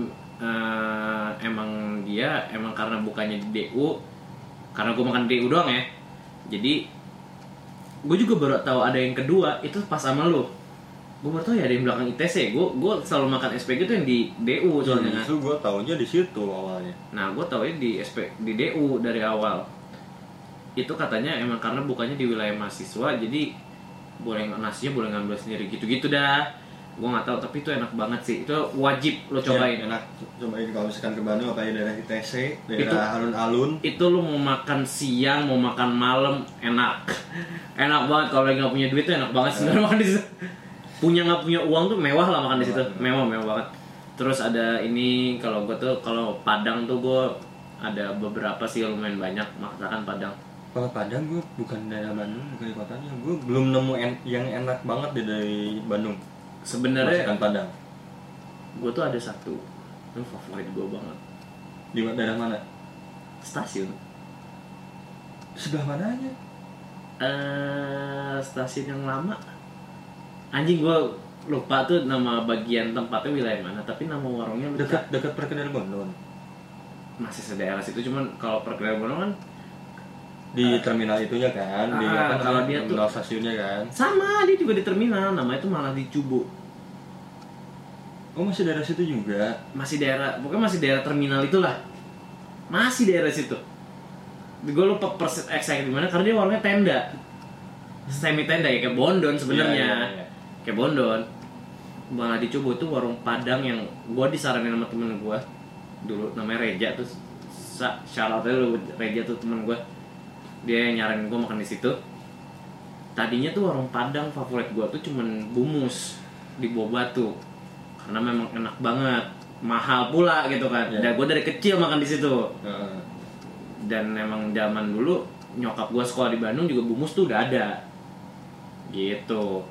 uh, emang dia emang karena bukannya di D U, karena gue makan di D U doang ya. Jadi gue juga baru tahu ada yang kedua itu pas sama lu. Gue baru tahu ya ada yang belakang I T C. Gue gue selalu makan S P G itu yang di D U soalnya. Itu gue taunya di situ awalnya. Nah gue taunya di S P di D U dari awal. Itu katanya emang karena bukannya di wilayah mahasiswa, jadi boleh nasinya boleh ngambil sendiri gitu-gitu dah. Gue nggak tahu, tapi itu enak banget sih. Itu wajib lo cobain. Ya, enak. Cobain kalau misalkan ke Bandung apa ya, daerah I T C, daerah alun-alun. Itu lo mau makan siang, mau makan malam, enak. Enak banget. Kalau lagi nggak punya duit tuh enak banget sebenarnya makan di situ. Punya nggak punya uang tuh mewah lah makan di situ. Mewah mewah banget. Terus ada ini kalau gue tuh kalau Padang tuh gue ada beberapa sih lumayan banyak masakan Padang. Kalau Padang gue bukan daerah Bandung, bukan di kotanya. Gue belum nemu en- yang enak banget deh dari Bandung. Sebenarnya masakan Padang. Gue tuh ada satu yang favorit gue banget. Di daerah mana? Stasiun. Sebelah mananya? Eh, stasiun yang lama. Anjing gue lupa tuh nama bagian tempatnya wilayah mana, tapi nama warungnya dekat dekat Perkedel Bondon. Masih sedaerah situ, cuman kalau Perkedel Bondon kan di uh, terminal itunya kan, uh, di apa kalau dia terminal tuh stasiunnya kan. Sama, dia juga di terminal, namanya tuh malah di Cubo. Oh, masih daerah situ juga. Masih daerah, pokoknya masih daerah terminal itulah. Masih daerah situ. Gue lupa persis exact di mana karena dia warungnya tenda. Semi tenda ya kayak Bondon sebenarnya. Iya, iya, iya. Kayak Bondon. Malah di Cubo tuh warung Padang yang gue disaranin sama temen gue dulu, namanya Reja tuh. Shout out lu Reja tuh temen gue. Dia nyaranin gue makan di situ. Tadinya tuh warung Padang favorit gue tuh cuman Bumus di Bawah Batu, karena memang enak banget, mahal pula gitu kan. Yeah. Dan gue dari kecil makan di situ. Uh. Dan memang zaman dulu nyokap gue sekolah di Bandung juga Bumus tuh udah ada. Gitu.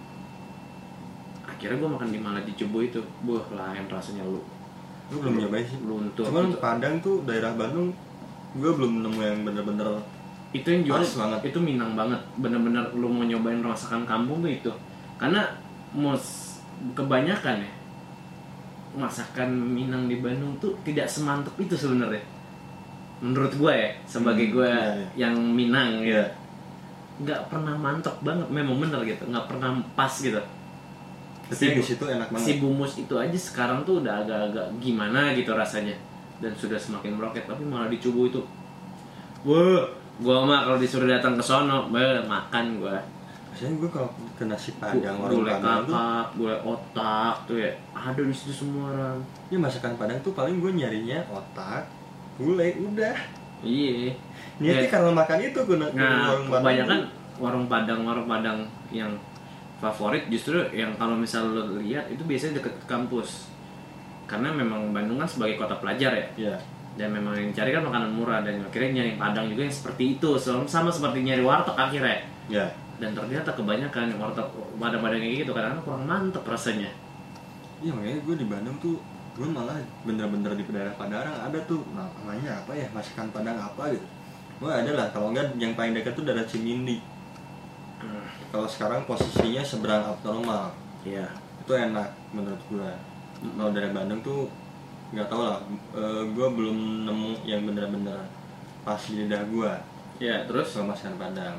Akhirnya gue makan di malah di Cubo itu, buh lain rasanya lu. Lu belum nyobain sih. Luntur. Cuman gitu. Padang tuh daerah Bandung, gue belum nemu yang bener-bener itu yang jual banget. Itu Minang banget, bener-bener lu mau nyobain masakan kampung tuh itu. Karena mos kebanyakan ya masakan Minang di Bandung tuh tidak semantap itu sebenarnya. Menurut gue ya, sebagai gue hmm, iya, iya. yang Minang ya, nggak pernah mantap banget, memang bener gitu, nggak pernah pas gitu. Si, di situ enak banget. Si Bumus itu aja sekarang tuh udah agak-agak gimana gitu rasanya, dan sudah semakin meroket. Tapi malah di Cubo itu, wah, gua mah kalau disuruh datang ke sono, bah, makan gua. Biasanya gua kalau ke nasi Padang, warung Padang tuh, kakak, gulai otak tuh ya, ada di situ semua orang. Ya masakan Padang tuh paling gua nyarinya otak, gulai, udah. Iya. Niatnya ya, karena makan itu gua nah, warung Padang. Kebanyakan warung Padang, warung Padang yang favorit justru yang kalau misal lo lihat itu biasanya deket kampus. Karena memang Bandung kan sebagai kota pelajar ya. Iya. Dan memang yang cari kan makanan murah, dan akhirnya nyari Padang juga yang seperti itu, sama seperti nyari warteg akhirnya. Ya. Dan ternyata kebanyakan warteg Padang-Padang kayak gitu kadang-kadang kurang mantep rasanya. Iya, makanya gue di Bandung tuh gue malah bener-bener di daerah Padang ada tuh namanya apa ya, masakan Padang apa gitu. Gue ada lah, kalau enggak yang paling dekat tuh daerah Cimindi. Hmm. Kalau sekarang posisinya seberang abnormal. Iya. Itu enak menurut gue. Kalau dari Bandung tuh nggak tahu lah, e, gue belum nemu yang bener-bener pas di lidah gue. Ya, terus kalau masakan Padang.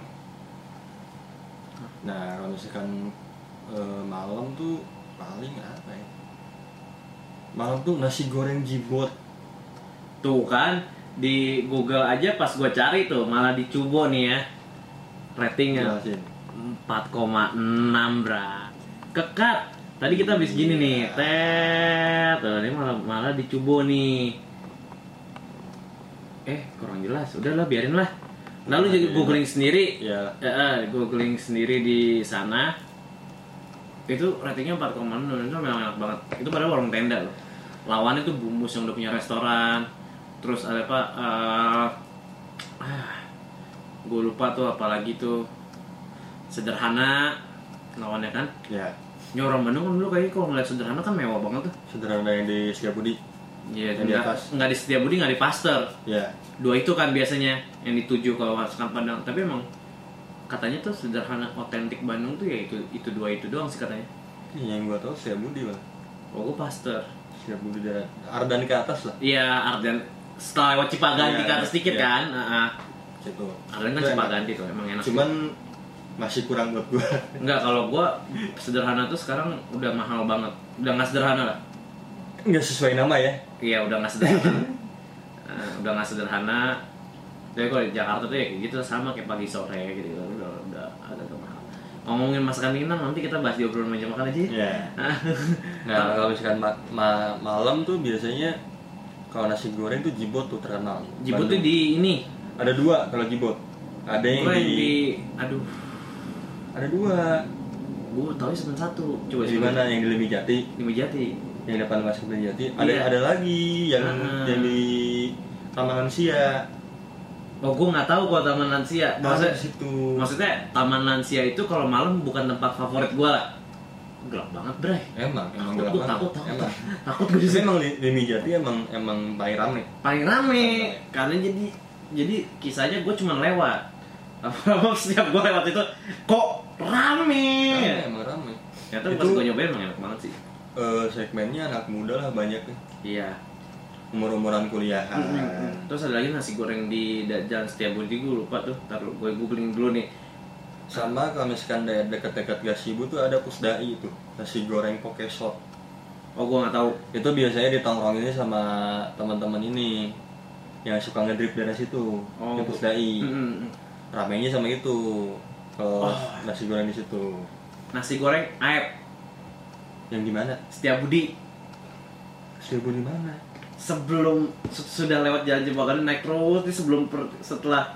Nah, kalau misalkan e, malam tuh paling apa ya? malam tuh nasi goreng jibot. Tuh kan di Google aja pas gue cari tuh malah di Cubo nih ya ratingnya empat koma enam bra. Kekat. Tadi kita habis gini nih, tet. Tuh, ini malah malah di Cubo nih. Eh, kurang jelas. Udahlah, biarin lah. Lalu jadi googling sendiri. Ya. Eh, googling sendiri di sana. Itu ratingnya empat koma enam, itu memang enak banget. Itu padahal warung tenda loh. Lawannya tuh Bumus yang udah punya restoran. Terus ada apa? Uh, ah, gue lupa tuh apalagi tuh. Sederhana lawannya kan? Ya. Ya orang Bandung kan dulu kayaknya kalau ngeliat Sederhana kan mewah banget tuh. Sederhana yang di Setiabudi. Iya, yang enggak, di atas. Enggak di Setiabudi, enggak di Pasteur. Ya. Dua itu kan biasanya yang dituju kalau masakan Padang. Tapi emang katanya tuh Sederhana otentik Bandung tuh ya itu itu dua itu doang sih katanya. Yang gua tahu Setiabudi bang. Oh, gue Pasteur. Setiabudi daerah Ardan ke atas lah. Iya, Ardan setelah lewat Cipaganti ya, ke atas dikit ya. kan. Heeh. Situ. Ardan kan Cipaganti tuh emang enak. Cuman masih kurang buat gua. Enggak, kalau gua Sederhana tuh sekarang udah mahal banget. Udah nggak sederhana lah. Nggak sesuai nama ya? Iya, udah nggak sederhana. uh, udah nggak sederhana. Tapi kalau di Jakarta tuh ya kayak gitu sama kayak pagi sore gitu, gitu. Udah udah agak mahal. Ngomongin masakan Minang nanti kita bahas di obrolan meja makan aja. Iya. Nah, kalau misalkan ma- ma- malam tuh biasanya kalau nasi goreng tuh jibot tuh terkenal. Jibot tuh di ini. Ada dua kalau jibot. Ada yang di, di, aduh. Ada dua. Gue tahu cuma satu. Coba di mana yang di Lemi Jati? Lemi Jati. Yang depan masuk Lemi Jati. Ada Iya. ada lagi yang uh-huh. yang di Taman Lansia. Oh, gue nggak tahu kalau Taman Lansia. Maksudnya, situ. maksudnya Taman Lansia itu kalau malam bukan tempat favorit gue lah. Gelap banget, Bray. Emang, emang takut gelap gue, banget. takut, takut, Emang. takut gue di sini. Emang Lemi Jati emang emang paling rame. Paling rame, karena jadi jadi kisahnya gue cuma lewat. Apa setiap gue lewat itu kok rame. Rame, emang rame. Ternyata Itu- pas gue nyobain emang enak banget sih. Eh, segmennya anak muda lah banyak nih. Iya. Umur-umuran kuliahan. Terus ada lagi nasi goreng di da- Jalan Setiabudi, gue lupa tuh. Taruh gue googling dulu nih. Sama kalau misalkan daerah dekat-dekat Gasibu tuh ada Pusdai itu, nasi goreng poke shop. Oh, gue nggak tahu. Itu biasanya ditongkronginnya sama teman-teman ini yang suka ngedrip dari situ. Oh, di Pusdai. Mm-mm. Ramenya sama itu. Kalau Oh. nasi goreng di situ. Nasi goreng Aep Yang di mana? Setiabudi. Setiabudi di mana? Sebelum su- sudah lewat jalan Jembatan naik terus nih sebelum per, setelah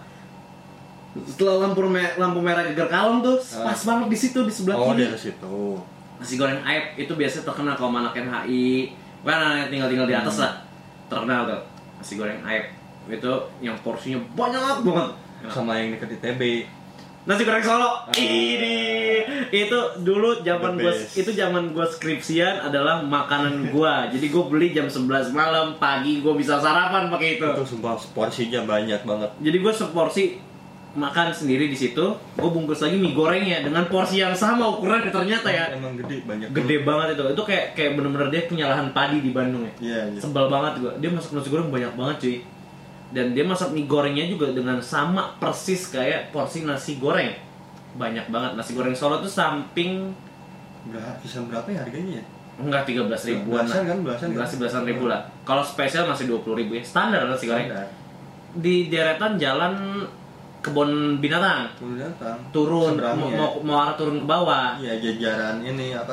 setelah lampu me- lampu merah geger kalem tuh Ah. pas banget di situ di sebelah Oh, kiri. dari situ. Nasi goreng Aep itu biasanya terkenal kalau anak N H I, kan anak tinggal-tinggal di atas Hmm. lah. Terkenal tuh. Nasi goreng Aep. Itu yang porsinya banyak banget. Sama yang dekat I T B. Nasi goreng Solo. Ah. Ini itu dulu zaman The gua best. itu zaman gua skripsian adalah makanan gua. Jadi gua beli jam sebelas malam, pagi gua bisa sarapan pakai itu. Itu sumpah porsinya banyak banget. Jadi gua seporsi makan sendiri di situ, gua bungkus lagi mie gorengnya dengan porsi yang sama ukurannya ternyata ya. Emang gede, banyak. Gede banget itu. Itu kayak kayak bener-bener dia punya lahan padi di Bandung ya. Iya, iya. Sebel banget gua. Dia masak nasi goreng banyak banget cuy. Dan dia masak mie gorengnya juga dengan sama persis kayak porsi nasi goreng. Banyak banget. Nasi goreng Solo tuh samping Berapa? Kisaran berapa ya harganya ya? enggak tiga belas ribuan Belasan lah. kan, belasan kan? Belasan belasan ribu lah. Kalau spesial masih dua puluh ribu ya. Standar nasi goreng. Standar. Di deretan jalan kebun binatang. Turun datang. Turun Seberangnya. mau, mau, mau arah turun ke bawah. Iya, jajaran ini apa?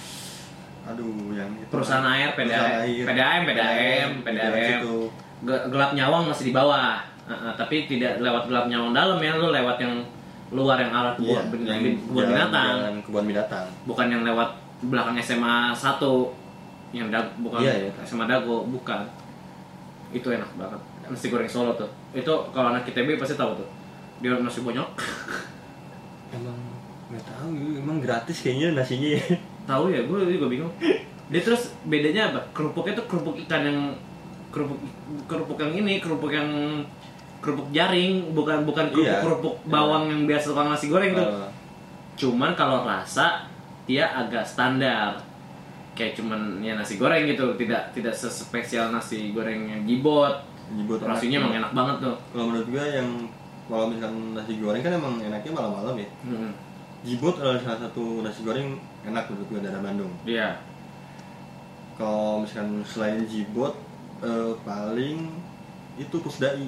Aduh, yang itu. Perusahaan air, P D A M, Perusahaan air. P D A M, P D A M, P D A M. Situ. Ge- gelap nyawang masih di bawah. Uh, uh, tapi tidak lewat gelap nyawang dalam ya, lu lewat yang luar yang arah kebun, Iya, bin- yang bin- kebun jalan- binatang. jalan kebun binatang. Bukan yang lewat belakang S M A satu yang dag, bukan Iya, iya. S M A Dago, bukan. Itu enak banget. Nasi goreng Solo tuh. Itu kalau anak I T B pasti tahu tuh. Dia nasi bonyok. Emang nggak tahu, emang gratis kayaknya nasinya. Tahu ya, gue juga bingung. Dia terus bedanya apa? Kerupuknya tuh kerupuk ikan yang kerupuk kerupuk yang ini, kerupuk yang kerupuk jaring, bukan bukan kerupuk Iya. kerupuk bawang yang biasa tukang nasi goreng tuh. Uh, Cuman kalau rasa dia agak standar. Kayak cuman ya nasi goreng gitu, tidak tidak sespesial nasi goreng yang jibot. jibot Rasanya emang enak banget tuh. Kalau menurut gua yang kalau misalkan nasi goreng kan emang enaknya malam-malam ya. Hmm. Jibot adalah salah satu nasi goreng enak menurut gua dari Bandung. Iya. Kalau misalkan selain Jibot uh, paling itu Pusdai.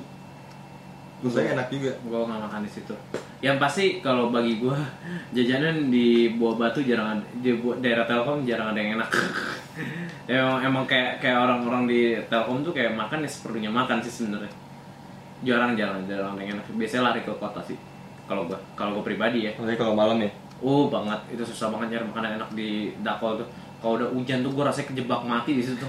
Pusdai enak juga. Gue nggak makan di situ. Yang pasti kalau bagi gue jajanan di Buah Batu jarang ada, di daerah Telkom jarang ada yang enak. emang emang kayak kayak orang-orang di Telkom tuh kayak makan ya seperlunya makan sih sebenarnya. Jarang-jarang jarang ada yang enak. Biasanya lari ke kota sih. Kalau gue kalau gue pribadi ya. Tapi kalau malam ya? Oh banget, itu susah banget nyari makanan enak di Dakol tuh. Kalau udah hujan tuh gue rasanya kejebak mati di situ tuh.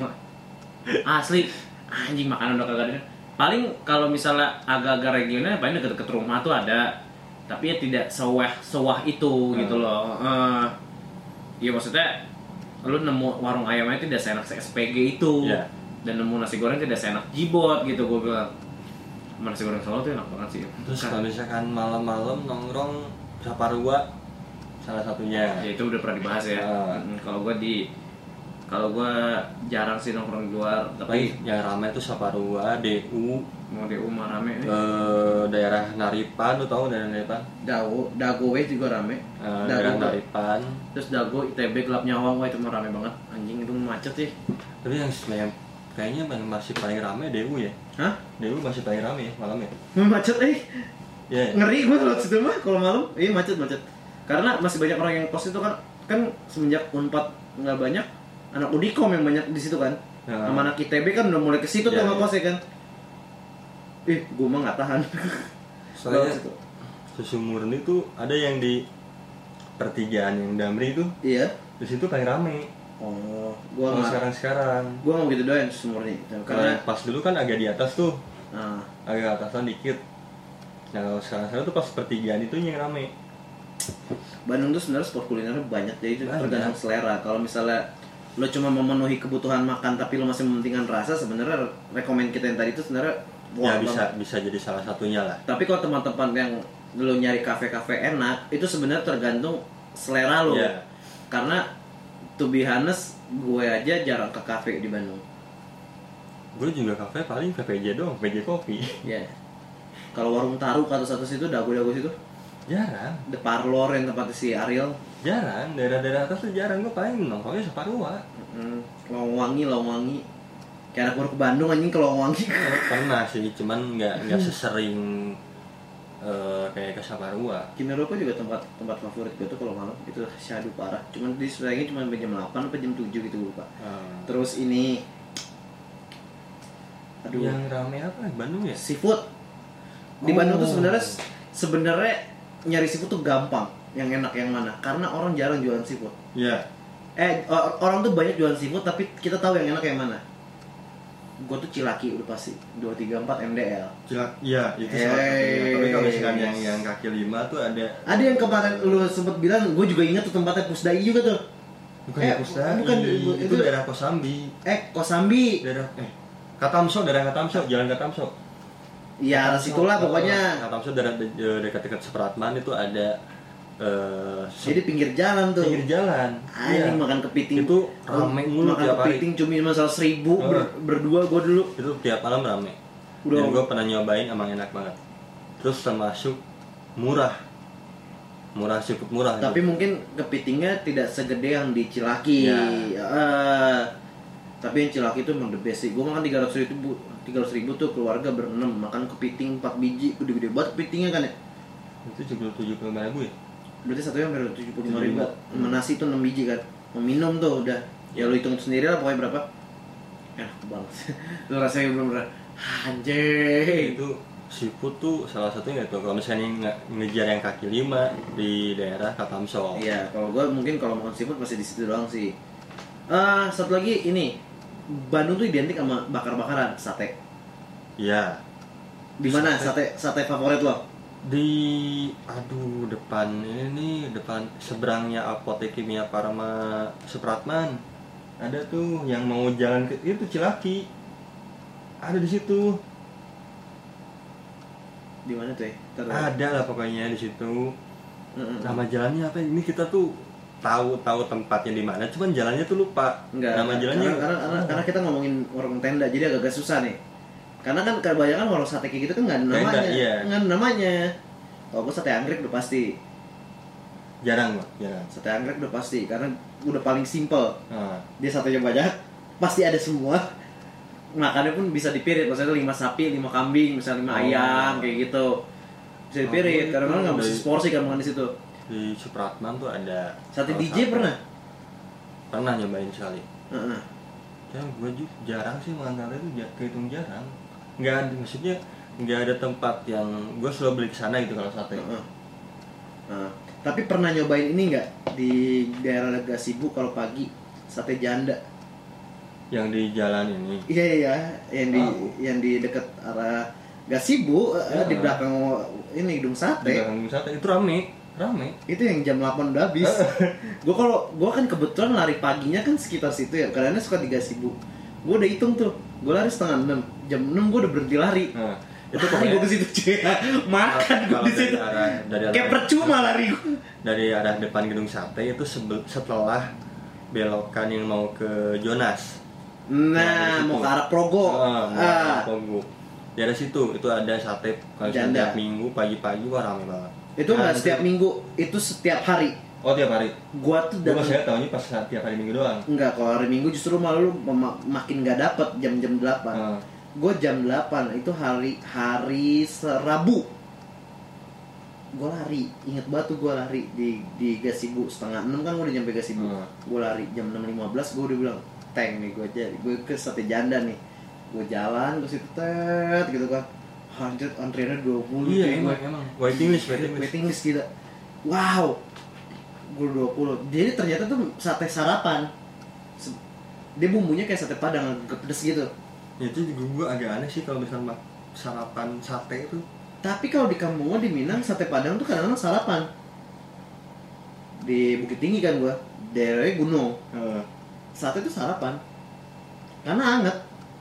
Asli, anjing makanan udah kagak ada. Paling kalau misalnya agak-agak regional paling deket-deket rumah tuh ada, tapi ya tidak sewah sewah itu hmm. gitu loh. Uh, ya maksudnya lu nemu warung ayamnya tidak seenak S P G itu, yeah. dan nemu nasi goreng tidak seenak Jibot gitu gue bilang. Nasi goreng Solo tuh enak banget sih. Terus kalau misalkan malam-malam nongkrong Saparua salah satunya. Ya itu udah pernah dibahas ya. Uh. Hmm, kalau gue di Kalau gue jarang sih nongkrong di luar, tapi yang ramai itu Saparua, D U, mau D U mah rame nih. Uh, daerah Naripan, lu tahu daerah Naripan? Dago, Dago juga rame. Uh, daerah Naripan. Terus Dago, I T B, Gelap Nyawang, wah itu mah rame banget. Anjing itu macet sih. Tapi yang sebenarnya kayaknya masih paling rame D U ya. Hah? D U masih paling rame ya malam ya. Macet eh. Yeah. Ngeri gue kalau situ mah kalau malam. Iya macet macet. Karena masih banyak orang yang kos itu kan kan semenjak Unpad nggak banyak. Anak Udikom yang banyak di situ kan, ya. Sama anak I T B kan udah mulai ke situ ya, tuh nggak ya. Kos ya kan. Ih, gue mah nggak tahan. Soalnya Susu Murni tuh ada yang di pertigaan yang Damri tuh. Iya. Di situ paling rame. Oh, gua nggak. Sekarang sekarang. Gue nggak begitu doyan Susu Murni. Karena pas dulu kan agak di atas tuh. Nah. Agak atasan dikit. Nah kalau sekarang sekarang tuh pas pertigaan itu yang rame. Bandung tuh sebenarnya spot kulinernya banyak, jadi itu tergantung selera. Kalau misalnya lo cuma memenuhi kebutuhan makan tapi lo masih mementingkan rasa, sebenarnya rekomend kita yang tadi itu sebenarnya ya bisa banget. Bisa jadi salah satunya lah. Tapi kalau teman-teman yang lo nyari kafe-kafe enak itu sebenarnya tergantung selera lo. Yeah. Karena to be honest, gue aja jarang ke kafe di Bandung. Gue juga kafe paling P P J doang, P P J Kopi. Ya. Yeah. Kalau warung taruh ke atas-atas itu, dago-dago situ jarang. The Parlor yang tempatnya si Ariel jarang, daerah-daerah atas tuh jarang. Gue paling nongkrongnya Saparua. Mm, Lawangwangi, Lawangwangi. Kayak anak baru ke Bandung anjing ke Lawangwangi. Pernah sih, cuman nggak nggak sesering uh, kayak ke Saparua. Kineroko juga tempat tempat favorit gue tuh kalau malam itu syadu parah. Cuman di sebenarnya cuma jam delapan atau jam tujuh gitu lupa. Hmm. Terus ini, aduh, yang rame apa? Bandung ya? Seafood. Di oh. Bandung tuh sebenarnya sebenarnya nyari seafood tuh gampang. Yang enak yang mana? Karena orang jarang jualan seafood. Iya. Yeah. Eh or- orang tuh banyak jualan seafood tapi kita tahu yang enak yang mana. Gue tuh Cilaki udah pasti dua tiga empat M D L. Cilaki. Iya, itu hey. Salah satunya. Tapi kalau misalkan yang yang kaki lima tuh ada. Ada yang kemarin lu sempet bilang, gue juga ingat tuh tempatnya Pusdai juga tuh. Bukan eh, Pusdai. Bukan itu, itu daerah Kosambi. Eh, Kosambi. Daerah eh Katamso, daerah Katamso, Jalan Katamso. Iya, situlah pokoknya. Katamso daerah dekat-dekat Supratman itu ada. Uh, jadi pinggir jalan tuh. Pinggir jalan. Ah, iya. Ini makan kepiting. Itu rame mulu makan tiap hari. Kepiting cumi masalah seribu uh. ber, berdua gue dulu. Itu tiap malam rame. Udah. Dan gue pernah nyobain, emang enak banget. Terus termasuk murah. Murah, cukup murah. Tapi gitu. Mungkin kepitingnya tidak segede yang di Cilaki. Ya. Uh, tapi yang Cilaki itu emang the best sih. Gue makan tiga ratus ribu, tiga ratus ribu tuh keluarga berenam makan kepiting empat biji, gede-gede banget kepitingnya kan ya. Itu tujuh puluh lima ribu ya? Berarti satunya hampir tujuh puluh lima ribu. Hmm. Nasi itu enam biji kan. Meminum tuh udah. Ya lu hitung sendiri lah pokoknya berapa. Enak banget. Lu rasanya bener-bener anjing. Itu seafood tuh salah satunya itu. Kalau misalnya nggak ngejar yang kaki lima di daerah Katamso. Iya, kalau gua mungkin kalau makan seafood pasti di situ doang sih. Uh, satu lagi ini. Bandung tuh identik sama bakar-bakaran, sate. Iya. Di mana sate sate favorit lo? Di aduh depan ini depan seberangnya apotek Kimia Parma Supratman ada tuh yang mau jalan ke itu Cilaki ada di situ. Di mana tuh ya? Terus. Ada lah pokoknya di situ. Mm-mm. Nama jalannya apa ini kita tuh tahu tahu tempatnya di mana cuman jalannya tuh lupa. Enggak, nama jalannya karena, karena, karena, karena kita ngomongin warung tenda jadi agak-agak susah nih. Karena kan kebanyakan warung sate kayak gitu kan nggak ada namanya, tenda, iya. nggak ada namanya. Kalau gue sate anggrek udah pasti. Jarang loh, jarang. Sate anggrek udah pasti karena udah paling simple. Hmm. Dia satenya banyak, pasti ada semua. Makannya pun bisa dipirit, maksudnya lima sapi, lima kambing, misalnya lima oh. ayam kayak gitu. Bisa dipirit, oh, karena kan nggak mesti seporsi kan makan di situ. Di Supratman tuh ada sate D J pernah? Pernah nyobain sekali. Uh-huh. Ya gue juga jarang sih makan sate itu, kehitung jarang. Nggak ada, maksudnya nggak ada tempat yang gue selalu beli ke sana gitu kalau sate. Uh-huh. Uh, tapi pernah nyobain ini nggak di daerah Gasibu kalau pagi sate janda? Yang di jalan ini. Iya iya, yang di oh. yang di dekat arah Gasibu ya. Di belakang ini gedung sate. Di belakang gedung sate itu rame, rame. Itu yang jam delapan udah habis. Gue kalau gue kan kebetulan lari paginya kan sekitar situ ya, karena suka di Gasibu. Gue udah hitung tuh, gue lari setengah enam, jam enam gue udah berhenti lari. Nah, itu lari gue ke situ cuy, makan gue di situ. Kayak percuma lari gue. Dari arah depan gedung sate itu setelah belokan yang mau ke Jonas. Nah, nah mau ke arah Progo. Oh, mau ah. ke Progo. Di arah situ itu ada sate kalau setiap minggu pagi-pagi wah rame banget. Itu nggak nah, setiap itu... minggu, itu setiap hari. Oh tiap hari. Gua tuh dan saya tahunya pas setiap hari minggu doang. Enggak, kalau hari minggu justru malu mem- makin nggak dapet jam-jam delapan. Hmm. Gua jam delapan itu hari hari Rabu. Gua lari, inget banget tuh gua lari di di Gasibu setengah enam kan gua udah nyampe Gasibu. Hmm. Gua lari jam enam lima belas gua udah bilang tank nih gue jadi gue ke sate janda nih, gue jalan ke situ tet gitu kan, hancur antriannya dua puluh. Iya emang emang waiting list waiting list waiting list gila. Wow, gue dua puluh. Jadi ternyata tuh sate sarapan, dia bumbunya kayak sate Padang agak pedes gitu. Itu juga gue agak aneh sih kalau misalnya sarapan sate itu. Tapi kalau di kampung gue di Minang sate Padang tuh kadang-kadang sarapan. Di Bukit Tinggi kan gue, daerahnya gunung. Hmm. Sate itu sarapan karena anget.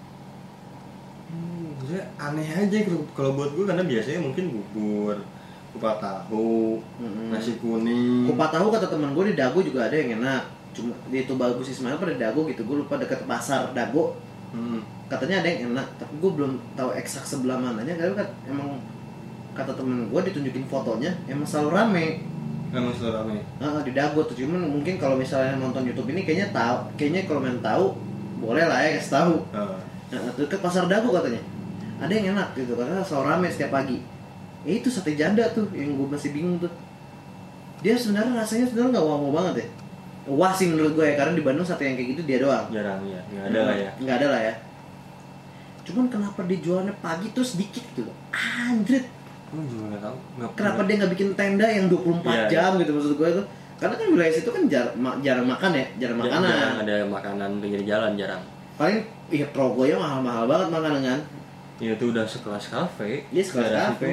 Hmm, aneh aja kalau buat gue, karena biasanya mungkin bubur, kupat tahu, hmm. nasi kuning. Kupat tahu kata teman gue di Dago juga ada yang enak. Cuma di itu Bagus Ismail pada Dago gitu, gue lupa dekat pasar Dago. Hmm. Katanya ada yang enak, tapi gue belum tahu eksak sebelah mananya. Karena kan emang kata temen gue ditunjukin fotonya emang selalu rame. Emang selalu rame. Uh, di Dago tuh, cuman mungkin kalau misalnya nonton YouTube ini kayaknya tahu, kayaknya kalau main tahu boleh lah ya kasih tahu. Uh. Nah, tuh ke pasar Dago katanya ada yang enak gitu karena selalu rame setiap pagi. Ya itu sate janda tuh yang gue masih bingung tuh. Dia sebenarnya rasanya sebenarnya nggak wow banget ya. Wah sih menurut gue ya, karena di Bandung sate yang kayak gitu dia doang. Jarang ya, nggak ada lah ya. Nggak ada lah ya. Cuman kenapa dijualnya pagi tuh sedikit gitu? Anjrit. Gue juga nggak tahu. Gak kenapa dia nggak bikin tenda yang dua puluh empat yeah, jam yeah. gitu maksud gue tuh? Karena kan wilayah situ kan jar, ma, jarang makan ya, jarang makanan. Jarang ada makanan pinggir jalan, jarang. Paling iya Progo ya mahal-mahal banget makanan kan. Iya itu udah sekelas kafe. Iya sekelas kafe.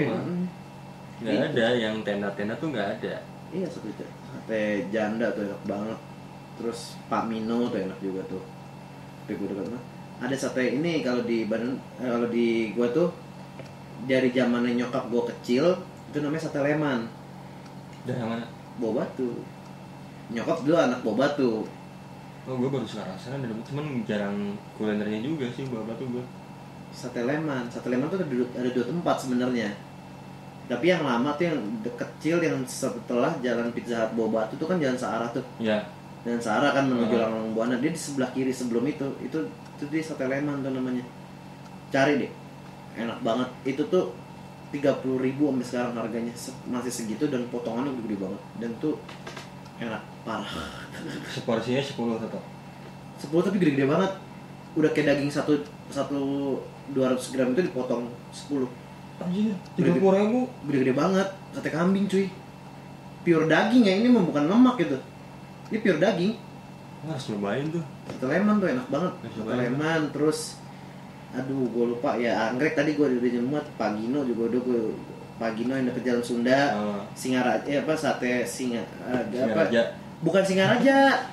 Nggak hmm. ada yang tenda-tenda tuh nggak ada. Iya seperti sate janda tuh enak banget. Terus Pak Mino tuh enak juga tuh. Tapi gue dekat mah. Ada sate ini kalau di Bandung, eh, kalau di gue tuh dari zamannya nyokap gue kecil itu namanya sate leman. Dari mana? Bawah Batu. Nyokap dulu anak Bawah Batu. Oh gue baru sekarang rasakan, cuman jarang kulinernya juga sih Bawah Batu gue. Sate leman, sate leman tuh ada dua, ada dua tempat sebenarnya. Tapi yang lama tuh yang kecil yang setelah jalan Pizza Hut Bawah Batu tuh kan jalan searah tuh. Iya. Dan searah kan menuju uh. Langlang Buana. Dia di sebelah kiri sebelum itu, itu itu dia sate leman tuh namanya. Cari deh. Enak banget. Itu tuh tiga puluh ribu sampai sekarang harganya masih segitu dan potongannya gede banget. Dan tuh enak parah. Seporsinya sepuluh tetap. sepuluh tapi gede-gede banget. Udah kayak daging satu satu dua ratus gram itu dipotong sepuluh. Anjir, tiga puluh ribu gede-gede banget. Sate kambing cuy. Pure daging ya, ini mah bukan lemak gitu. Ini pure daging. Harus nyobain tuh. Sate leman tuh enak banget. Sate leman terus aduh gue lupa ya, anggrek tadi gue udah nyemut. Pagino juga udah gue Pagino yang deket Jalan Sunda. Oh. Singaraja eh apa sate singa uh, apa? Bukan Singaraja.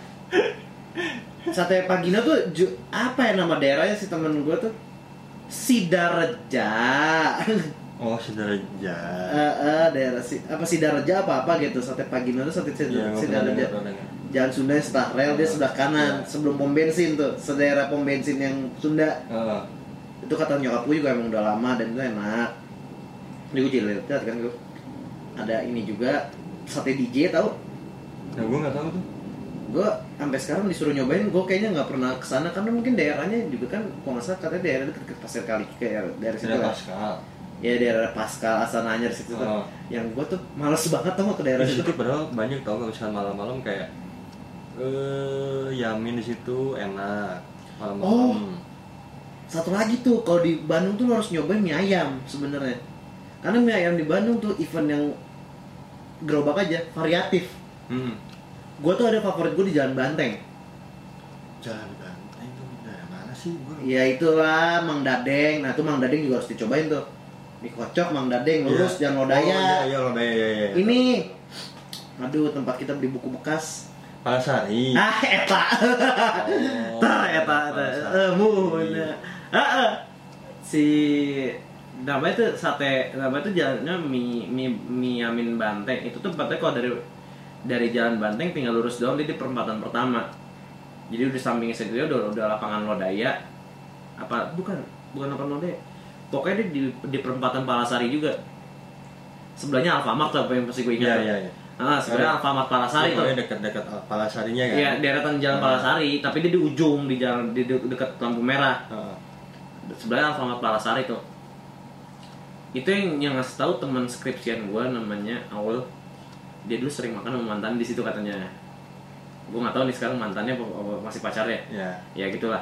Sate Pagino tuh ju, apa ya nama daerahnya si temen gue tuh? Sidareja. Oh Sidareja. Uh, uh, daerah si apa Sidareja apa apa gitu. Sate Pagino tuh sate ya, Sidareja. Jalan Sunda setelah rel dia sebelah kanan ya. Sebelum pom bensin tuh, sedaerah pom bensin yang Sunda. Uh. Itu kata nyokap gue juga emang udah lama dan itu enak. Ini gue jadi lihat kan gue. Ada ini juga sate D J tau? Nah gue nggak tahu tuh. gue sampai sekarang disuruh nyobain, gue kayaknya nggak pernah kesana karena mungkin daerahnya juga kan, kalau nggak salah katanya daerah dekat Pasir Kaliki kayak daerah situ daerah lah. Pascal. Ya daerah Pascal, Astana Anyar situ tuh. Oh. Yang gue tuh males banget tau ke daerah Di situ. situ padahal banyak tau kalau misalnya malam-malam kayak eh Yamin di situ enak malam-malam. Oh. Satu lagi tuh kalau di Bandung tuh lo harus nyobain mie ayam sebenarnya. Karena mie ayam di Bandung tuh event yang gerobak aja, variatif. Hmm. Gue tuh ada favorit gue di Jalan Banteng. Jalan Banteng itu daerah mana sih? Gua... Ya itulah Mang Dadeng. Nah tuh Mang Dadeng juga harus dicobain tuh. Mie kocok Mang Dadeng lurus yeah. Jalan Lodaya. Oh iya iya Lodaya iya iya. Ini, aduh tempat kita beli buku bekas. Palasari. Ah eta. Oh, Tah eta eta. Eh mun. Heeh. Si namanya tuh sate, namanya tuh jalannya mie mie mie Yamin Banteng. Itu tuh tempatnya kalau dari dari Jalan Banteng tinggal lurus doang, dia di perempatan pertama. Jadi udah sampingnya sendiri udah udah lapangan Lodaya. Apa bukan bukan lapangan Lodaya. Pokoknya dia di, di perempatan Palasari juga. Sebelahnya Alfamart tuh apa yang pasti gue ingat. Iya iya iya. Ah, sebenarnya Alfamart Palasari tuh. Pokoknya dekat-dekat Palasarinya kan. Iya, deretan Jalan Palasari, tapi dia di ujung di jalan di de- dekat lampu merah. Heeh. Sebelahnya Alfamart Palasari tuh. Itu yang yang ngasih tahu teman skripsian gue namanya Aul. Dia dulu sering makan sama mantan di situ katanya. Gue nggak tahu nih sekarang mantannya apa, apa masih pacarnya. Iya. Ya gitulah.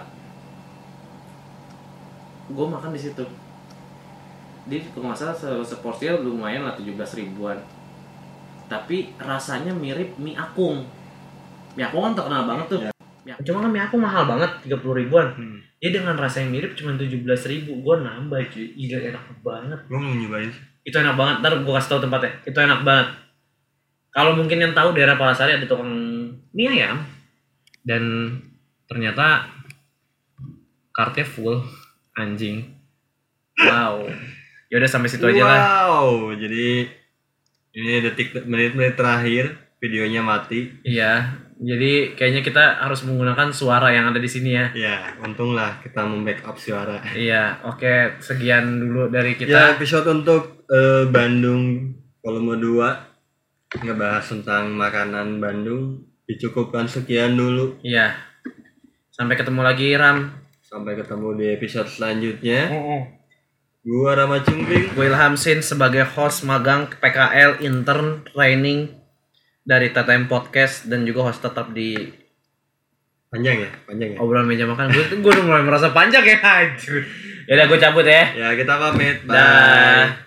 Gue makan di situ. Dia kalau nggak salah se- seporsinya lumayan lah tujuh belas ribuan. Tapi rasanya mirip mie akung. Mie akung kan terkenal banget tuh. Ya. Cuma kan mie akung mahal banget tiga puluh ribuan. Hmm. Dia dengan rasa yang mirip cuma tujuh belas ribu. Gue nambah cuy. Gila enak banget. Gue mau nyobain. Itu enak banget. Ntar gue kasih tau tempatnya. Itu enak banget. Kalau mungkin yang tahu daerah Palasari ada tukang mie ayam. Dan ternyata kartnya full. Anjing. Wow. Yaudah sampai situ aja lah. Wow. Jadi ini detik menit-menit terakhir videonya mati. Iya. Jadi kayaknya kita harus menggunakan suara yang ada di sini ya. Ya, untunglah kita membackup suara. Iya, oke, sekian dulu dari kita. Ya, episode untuk uh, Bandung volume dua ngebahas tentang makanan Bandung dicukupkan sekian dulu. Iya. Sampai ketemu lagi Ram. Sampai ketemu di episode selanjutnya. Uh-uh. Gua Rama Cumping. Gue Ilham Sin sebagai host magang P K L intern training dari T T M Podcast dan juga host tetap di panjang ya, panjang ya. Obrolan meja makan. Gue gue udah mulai merasa panjang ya. Ya udah gue cabut ya. Ya kita pamit. Bye. Dah.